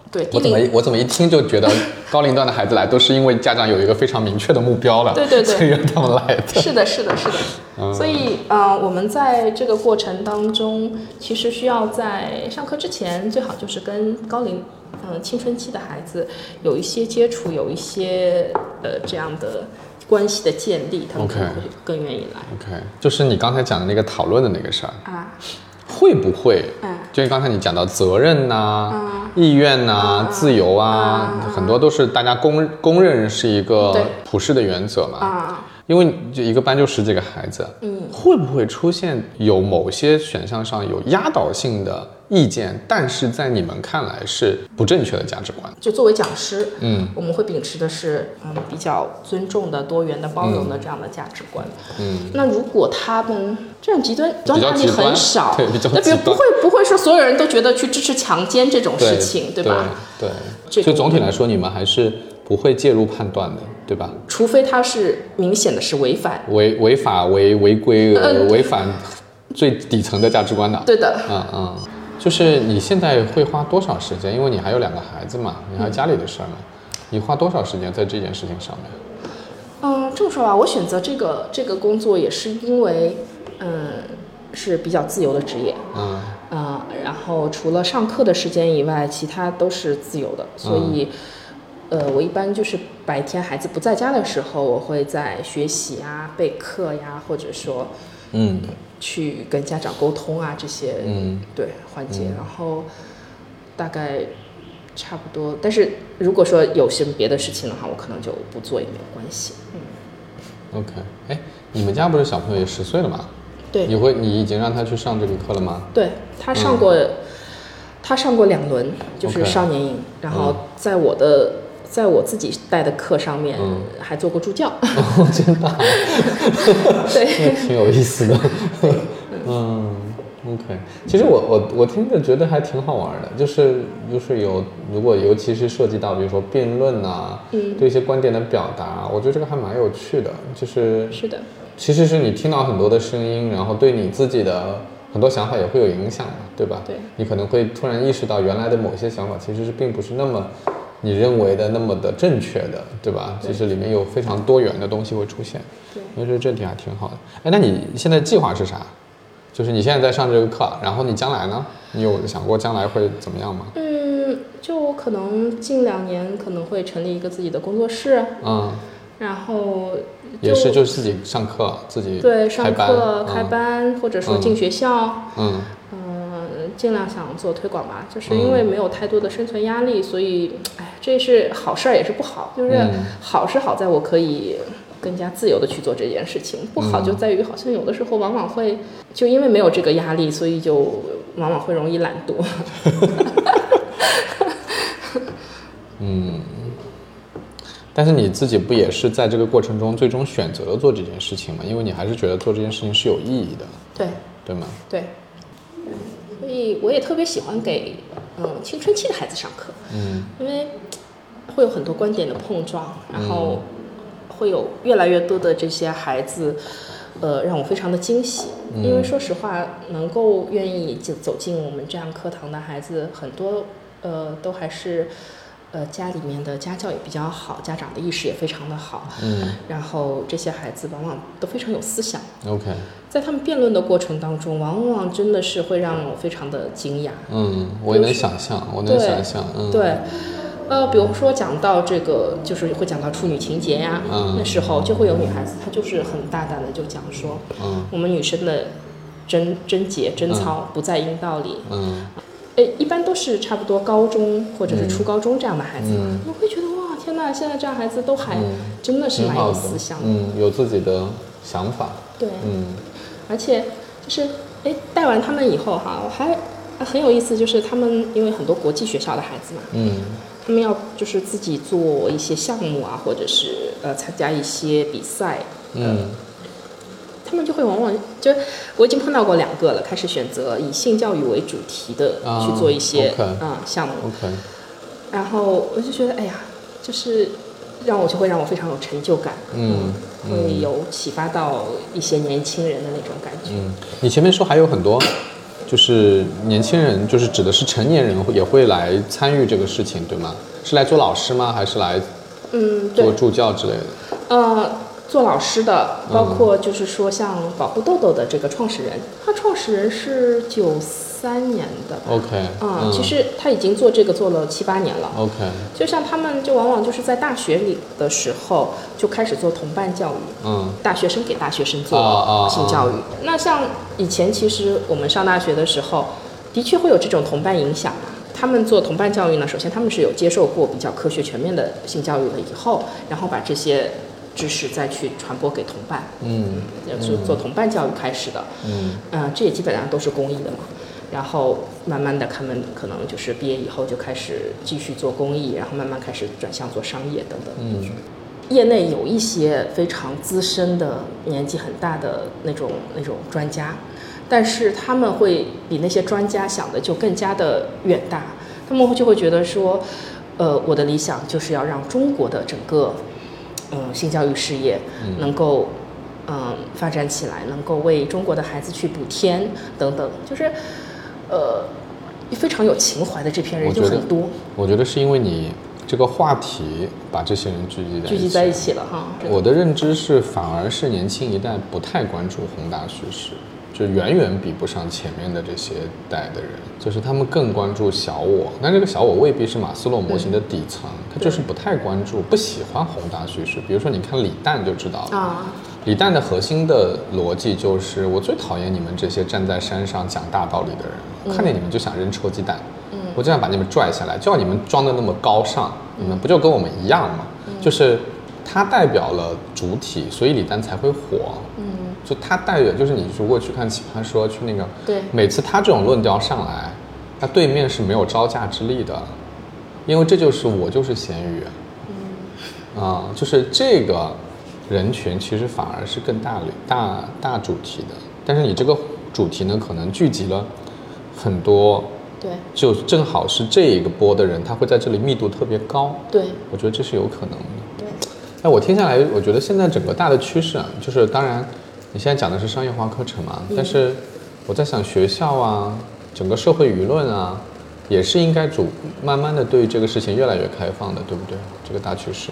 对， 我怎么一听就觉得高龄段的孩子来都是因为家长有一个非常明确的目标了， 对， 所以让他们来的。 是的。所以我们在这个过程当中，其实需要在上课之前，最好就是跟高龄青春期的孩子有一些接触，有一些这样的关系的建立，他们可能会更愿意来。 OK， 就是你刚才讲的那个讨论的那个事儿啊。 会不会？就是刚才你讲到责任呐、意愿呐、自由啊，很多都是大家公认是一个普世的原则嘛。因为就一个班就10几个孩子，会不会出现有某些选项上有压倒性的意见，但是在你们看来是不正确的价值观？ 就作为讲师，我们会秉持的是比较尊重的、多元的、包容的这样的价值观。那如果他们这样极端案例很少， 对，比较极端， 不会说所有人都觉得去支持强奸这种事情，对吧？ 对。所以总体来说，你们还是不会介入判断的，对吧？ 除非他是明显的是违法、 违规、违反最底层的价值观的。 对的。 就是你现在会花多少时间？因为你还有2个孩子嘛，你还有家里的事儿嘛，你花多少时间在这件事情上面？ 这么说吧，我选择这个工作也是因为，是比较自由的职业。然后除了上课的时间以外，其他都是自由的，所以。我一般就是白天孩子不在家的时候，我会在学习啊、备课呀，或者说，去跟家长沟通啊这些，对环节，然后大概差不多。但是如果说有什么别的事情的话，我可能就不做也没有关系。 OK， 你们家不是小朋友也10岁了吗？ 对。 你已经让他去上这个课了吗？ 对，他上过2轮，就是少年营，然后在我自己带的课上面，还做过助教。 真的？对，挺有意思的。OK， 其实我听着觉得还挺好玩的，就是如果尤其是涉及到比如说辩论啊，对一些观点的表达，我觉得这个还蛮有趣的，是的， 其实是你听到很多的声音，然后对你自己的很多想法也会有影响嘛，对吧？ 对， 你可能会突然意识到原来的某些想法其实是并不是那么你认为的那么的正确的，对吧？其实里面有非常多元的东西会出现。 对， 我觉得这题还挺好的。那你现在计划是啥？就是你现在在上这个课，然后你将来呢？你有想过将来会怎么样吗？ 就我可能近2年可能会成立一个自己的工作室。然后也是就自己上课，自己对上课开班，或者说进学校。尽量想做推广吧，就是因为没有太多的生存压力，所以这是好事儿也是不好，就是好是好在我可以更加自由的去做这件事情，不好就在于好像有的时候往往会就因为没有这个压力，所以就往往会容易懒惰。 但是你自己不也是在这个过程中最终选择了做这件事情吗？因为你还是觉得做这件事情是有意义的，对吗？ 对，所以我也特别喜欢给青春期的孩子上课，因为会有很多观点的碰撞，然后会有越来越多的这些孩子，让我非常的惊喜。因为说实话，能够愿意走进我们这样课堂的孩子，很多都还是。家里面的家教也比较好，家长的意识也非常的好，然后这些孩子往往都非常有思想。 OK， 在他们辩论的过程当中，往往真的是会让我非常的惊讶。 我也能想象， 对，比如说讲到这个，就是会讲到处女情节呀，那时候就会有女孩子，她就是很大胆的就讲说，我们女生的贞洁贞操不在阴道里。一般都是差不多高中或者是初高中这样的孩子，我会觉得哇，天哪！现在这样孩子都还真的是蛮有思想的， 有自己的想法。 对，而且就是带完他们以后哈，还很有意思，就是他们因为很多国际学校的孩子嘛，他们要就是自己做一些项目啊，或者是参加一些比赛，他们就会往往就我已经碰到过2个了，开始选择以性教育为主题的去做一些项目。然后我就觉得，哎呀，就是会让我非常有成就感，会有启发到一些年轻人的那种感觉。 你前面说还有很多就是年轻人，就是指的是成年人也会来参与这个事情，对吗？是来做老师吗？还是来做助教之类的？ 做老师的，包括就是说像保护豆豆的这个创始人，他创始人是93年的 ，OK， 其实他已经做这个做了7、8年了 ，OK， 就像他们就往往就是在大学里的时候就开始做同伴教育，大学生给大学生做性教育。那像以前其实我们上大学的时候，的确会有这种同伴影响。他们做同伴教育呢，首先他们是有接受过比较科学全面的性教育了以后，然后把这些知识再去传播给同伴，是做同伴教育开始的，这也基本上都是公益的嘛。然后慢慢的，他们可能就是毕业以后就开始继续做公益，然后慢慢开始转向做商业等等。业内有一些非常资深的、年纪很大的那种专家，但是他们会比那些专家想的就更加的远大，他们就会觉得说，我的理想就是要让中国的整个性教育事业能够发展起来，能够为中国的孩子去补天等等，就是非常有情怀的这批人就很多。 我觉得是因为你这个话题把这些人聚集在一起了哈。 我的认知是，反而是年轻一代不太关注宏大叙事，就远远比不上前面的这些代的人，就是他们更关注小我。但这个小我未必是马斯洛模型的底层，他就是不太关注，不喜欢宏大叙事。比如说，你看李诞就知道了。李诞的核心的逻辑就是，我最讨厌你们这些站在山上讲大道理的人，看见你们就想扔臭鸡蛋，我就想把你们拽下来，叫你们装的那么高尚，你们不就跟我们一样吗？就是他代表了主体，所以李诞才会火。就他代表，就是你如果去看奇葩说，去那个， 对， 每次他这种论调上来，他对面是没有招架之力的，因为这就是我就是咸鱼，就是这个人群其实反而是更大主题的，但是你这个主题呢，可能聚集了很多， 对， 就正好是这一个波的人，他会在这里密度特别高， 对， 我觉得这是有可能的。 对， 但我听下来，我觉得现在整个大的趋势就是当然。你现在讲的是商业化课程嘛？但是我在想，学校啊，整个社会舆论啊，也是应该慢慢的对这个事情越来越开放的，对不对？这个大趋势。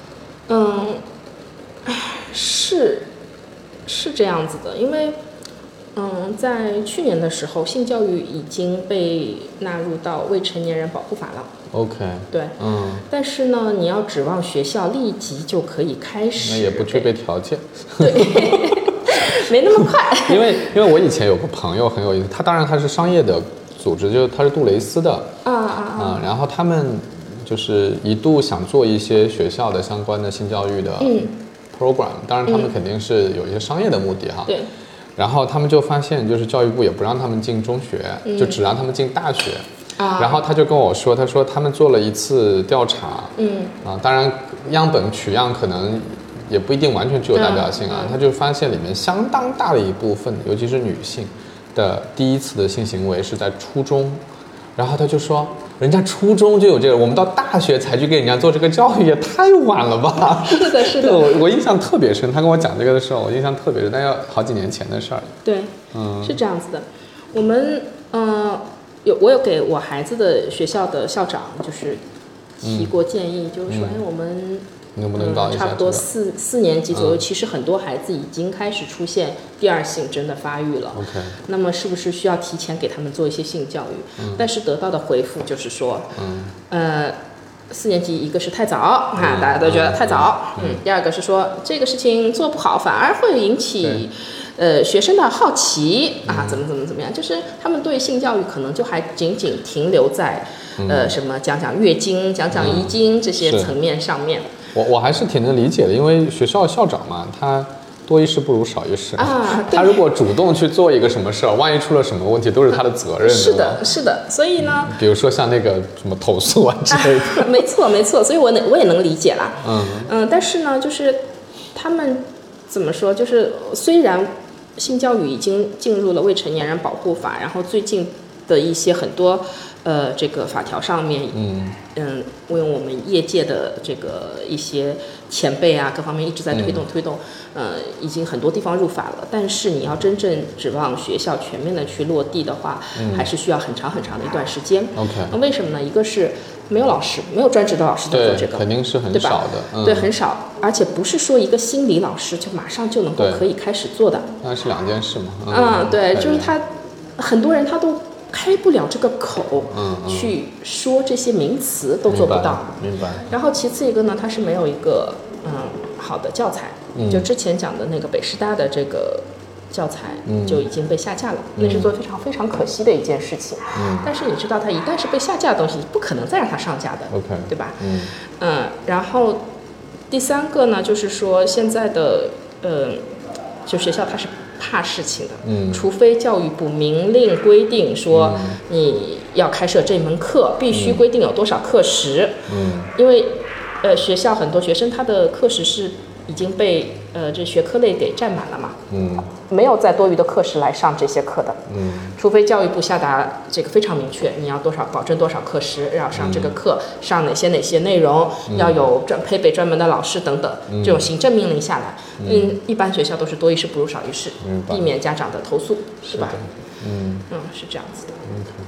是这样子的，因为在去年的时候，性教育已经被纳入到未成年人保护法了。 OK。 对。但是呢，你要指望学校立即就可以开始， 那也不具备条件。 对。没那么快， 因为我以前有个朋友很有意思，他是商业的组织，就是他是杜蕾斯的然后他们就是一度想做一些学校的相关的性教育的 program，当然他们肯定是有一些商业的目的哈。 对。 然后他们就发现，就是教育部也不让他们进中学，就只让他们进大学。然后他就跟我说，他说他们做了一次调查，当然样本取样可能也不一定完全具有代表性他就发现里面相当大的一部分，尤其是女性的第一次的性行为是在初中，然后他就说，人家初中就有这个，我们到大学才去给人家做这个教育，也太晚了吧？ 是的，是的。 我印象特别深，他跟我讲这个的时候，我印象特别深，但要好几年前的事儿。 对，是这样子的。我们我有给我孩子的学校的校长就是提过建议，就是说，我们能不能搞一下差不多四年级左右，其实很多孩子已经开始出现第二性征的发育了。 OK， 那么是不是需要提前给他们做一些性教育？但是得到的回复就是说，4年级一个是太早大家都觉得太早，第二个是说这个事情做不好，反而会引起学生的好奇怎么样？就是他们对性教育可能就还仅仅停留在什么讲讲月经、讲讲遗精这些层面上面。我还是挺能理解的，因为学校校长嘛，他多一事不如少一事他如果主动去做一个什么事儿，万一出了什么问题，都是他的责任。 是的，是的。所以呢， 比如说像那个什么投诉之类的， 没错。所以我也能理解啦。但是呢，就是他们怎么说？就是虽然性教育已经进入了未成年人保护法，然后最近的一些很多这个法条上面，为我们业界的这个一些前辈啊，各方面一直在推动，已经很多地方入法了。但是你要真正指望学校全面的去落地的话，还是需要很长很长的一段时间。那为什么呢？一个是没有老师，没有专职的老师在做这个， 肯定是很少的， 对，很少，而且不是说一个心理老师就马上就能够可以开始做的， 那是2件事嘛。 对，就是很多人他都开不了这个口，去说这些名词都做不到。 明白。 然后其次一个呢，它是没有一个好的教材，就之前讲的那个北师大的这个教材就已经被下架了，那是做非常非常可惜的一件事情。但是你知道，它一旦是被下架的东西，不可能再让它上架的，对吧？然后第三个呢，就是说现在的就学校它是怕事情的，除非教育部明令规定说你要开设这门课，必须规定有多少课时。因为学校很多学生他的课时是已经被这学科类给占满了嘛，没有再多余的课时来上这些课的，除非教育部下达这个非常明确，你要保证多少课时，要上这个课，上哪些内容，要有配备专门的老师等等，这种行政命令下来，一般学校都是多一事不如少一事，避免家长的投诉，是吧？是这样子的。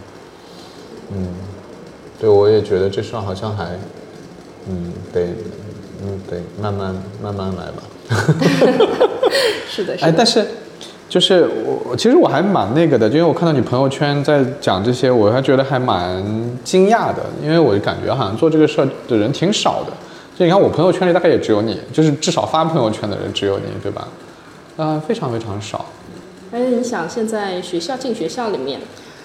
对，我也觉得这事儿好像还，得慢慢来吧。 是的。 但是就是其实我还蛮那个的，因为我看到你朋友圈在讲这些，我还觉得还蛮惊讶的，因为我感觉好像做这个事儿的人挺少的。就你看我朋友圈里大概也只有你，就是至少发朋友圈的人只有你，对吧？非常非常少。 你想现在进学校里面，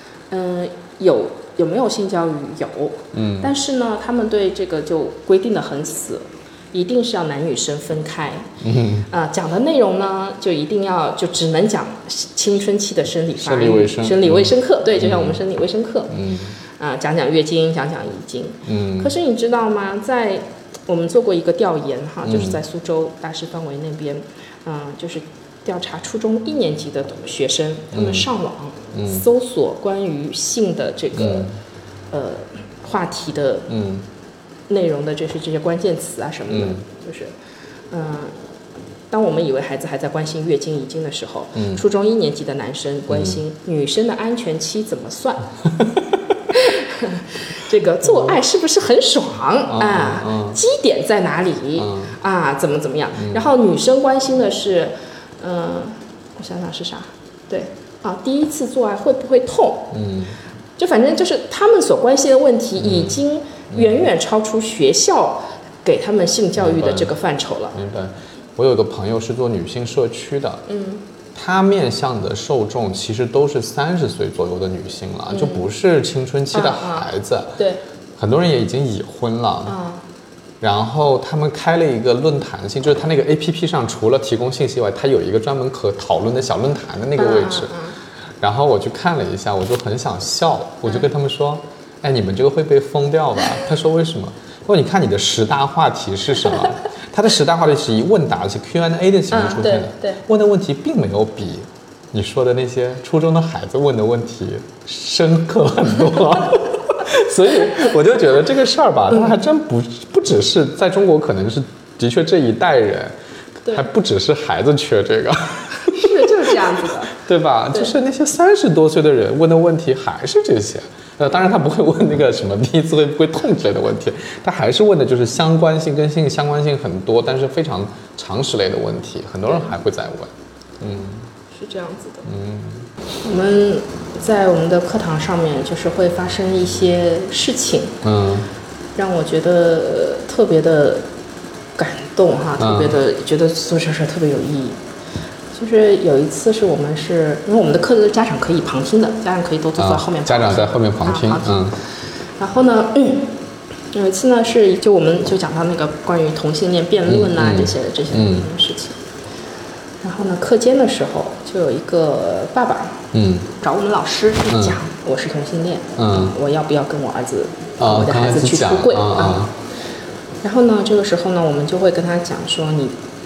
有没有性教育？有，但是呢，他们对这个就规定得很死，一定是要男女生分开。讲的内容呢，就一定就只能讲青春期的生理发育、生理卫生课，对，就像我们生理卫生课。讲讲月经，讲讲遗精。可是你知道吗？在我们做过一个调研哈，就是在苏州大师范围那边，就是调查初中1年级的学生，他们上网搜索关于性的这个话题的内容的，就是这些关键词啊什么的，就是当我们以为孩子还在关心月经遗精的时候，初中1年级的男生关心女生的安全期怎么算。这个做爱是不是很爽基点在哪里怎么样？然后女生关心的是我想想是啥？对第一次做爱会不会痛？就反正就是他们所关心的问题已经远远超出学校给他们性教育的这个范畴了。 明白。我有个朋友是做女性社区的，他面向的受众其实都是30岁左右的女性了，就不是青春期的孩子。 对， 很多人也已经已婚了。然后他们开了一个论坛性，就是他那个 APP 上除了提供信息外，他有一个专门可讨论的小论坛的那个位置。然后我去看了一下，我就很想笑，我就跟他们说：“你们这个会被封掉吧？”他说：“为什么？”我说：“你看你的10大话题是什么？”他的10大话题是以问答是 Q&A 的形式出现的， 对， 问的问题并没有比你说的那些初中的孩子问的问题深刻很多。所以我就觉得这个事儿吧，它还真不只是在中国，可能是的确这一代人，还不只是孩子缺这个。 是，就是这样子的， 对吧？就是那些30多岁的人问的问题还是这些。当然他不会问那个什么第一次会不会痛之类的问题，他还是问的就是相关性跟性相关性很多，但是非常常识类的问题，很多人还会再问。 是这样子的。我们在我们的课堂上面就是会发生一些事情，让我觉得特别的感动哈，特别的觉得做这事特别有意义。就是有一次是因为我们的课是家长可以旁听的，家长可以都坐在后面， 家长在后面旁听。 然后呢，有一次呢就我们就讲到那个关于同性恋辩论这些事情。然后呢，课间的时候就有一个爸爸找我们老师去讲我是同性恋，我要不要跟我的孩子去出柜然后呢，这个时候呢，我们就会跟他讲说，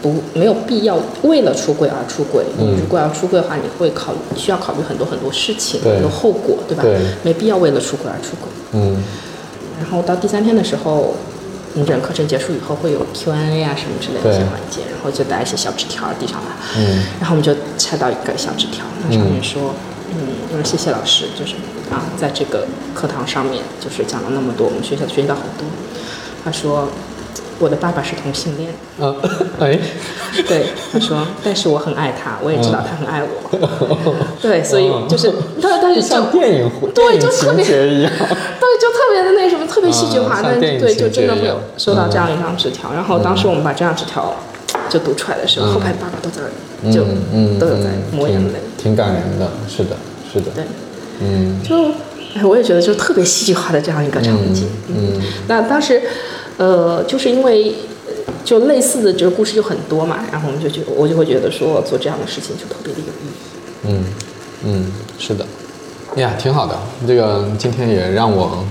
没有必要为了出柜而出柜。你如果要出柜的话，你会需要考虑很多事情，很多后果，对吧？ 对， 没必要为了出柜而出柜。然后到第3天的时候，整课程结束以后会有 Q&A 啊什么之类的一些环节，然后就带一些小纸条递上来，然后我们就拆到一个小纸条，那上面说，谢谢老师，就是在这个课堂上面就是讲了那么多，我们学习到很多。他说我的爸爸是同性恋，对，他说，但是我很爱他，我也知道他很爱我，对，所以就是他就像电影对，就特别一样， 对，就特别的那什么，特别戏剧化，但对，就真的会有收到这样一张纸条。然后当时我们把这张纸条就读出来的时候，后排爸爸都在就都有在抹眼泪， 挺感人的，是的，对， 就我也觉得就特别戏剧化的这样一个场景，那当时就是因为就类似的这个故事就很多嘛，然后我就会觉得说做这样的事情就特别的有意义。 是的，呀，挺好的。这个今天也让我，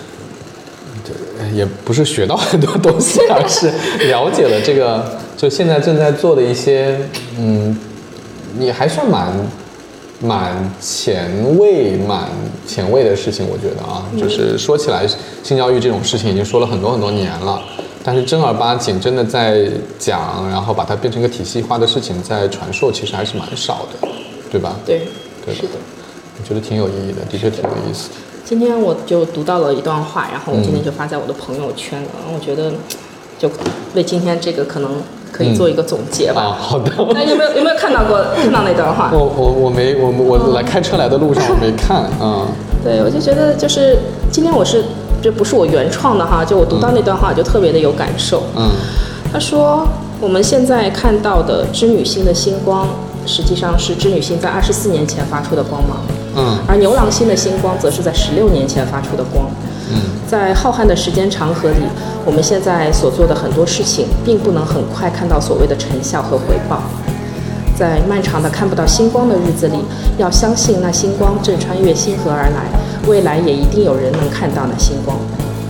也不是学到很多东西，而是了解了这个就现在正在做的一些，你还算蛮前卫的事情，我觉得就是说起来性教育这种事情已经说了很多年了，但是正儿八经真的在讲，然后把它变成一个体系化的事情在传授，其实还是蛮少的，对吧？ 对，是的， 我觉得挺有意义的，的确挺有意思。 今天我就读到了一段话，然后我今天就发在我的朋友圈了，我觉得就为今天这个可能可以做一个总结吧。 好的。 那有没有看到那段话？ 我来开车来的路上我没看对，我就觉得就是今天这不是我原创的哈，就我读到那段话就特别的有感受。他说我们现在看到的织女星的星光，实际上是织女星在24年前发出的光芒。而牛郎星的星光则是在16年前发出的光。在浩瀚的时间长河里，我们现在所做的很多事情并不能很快看到所谓的成效和回报。在漫长的看不到星光的日子里，要相信那星光正穿越星河而来，未来也一定有人能看到那星光。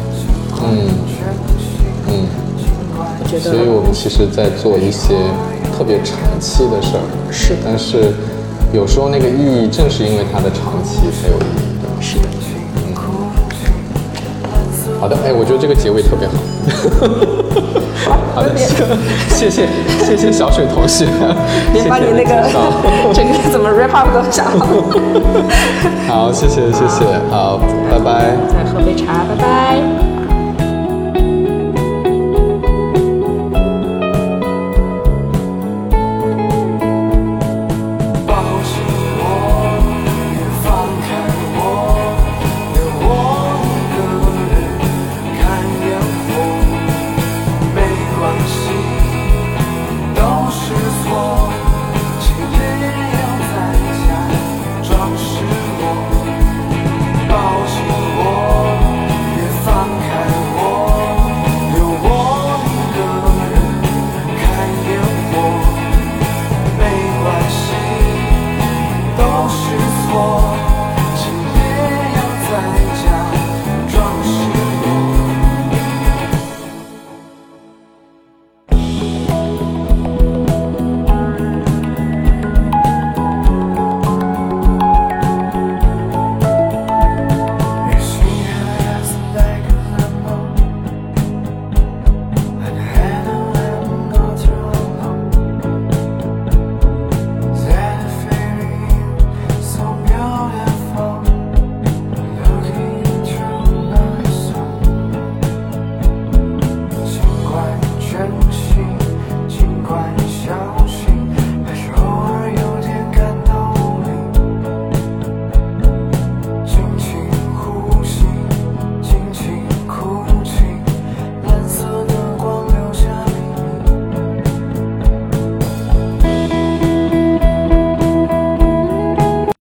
我觉得， 所以我们其实在做一些特别长期的事儿， 是的， 但是有时候那个意义正是因为它的长期才有意义的。 是的。 好的，我觉得这个结尾特别好。好的，谢谢小水同学， 你把你那个这个怎么 wrap up 都想好。 好，谢谢，好，拜拜。 再喝杯茶，拜拜。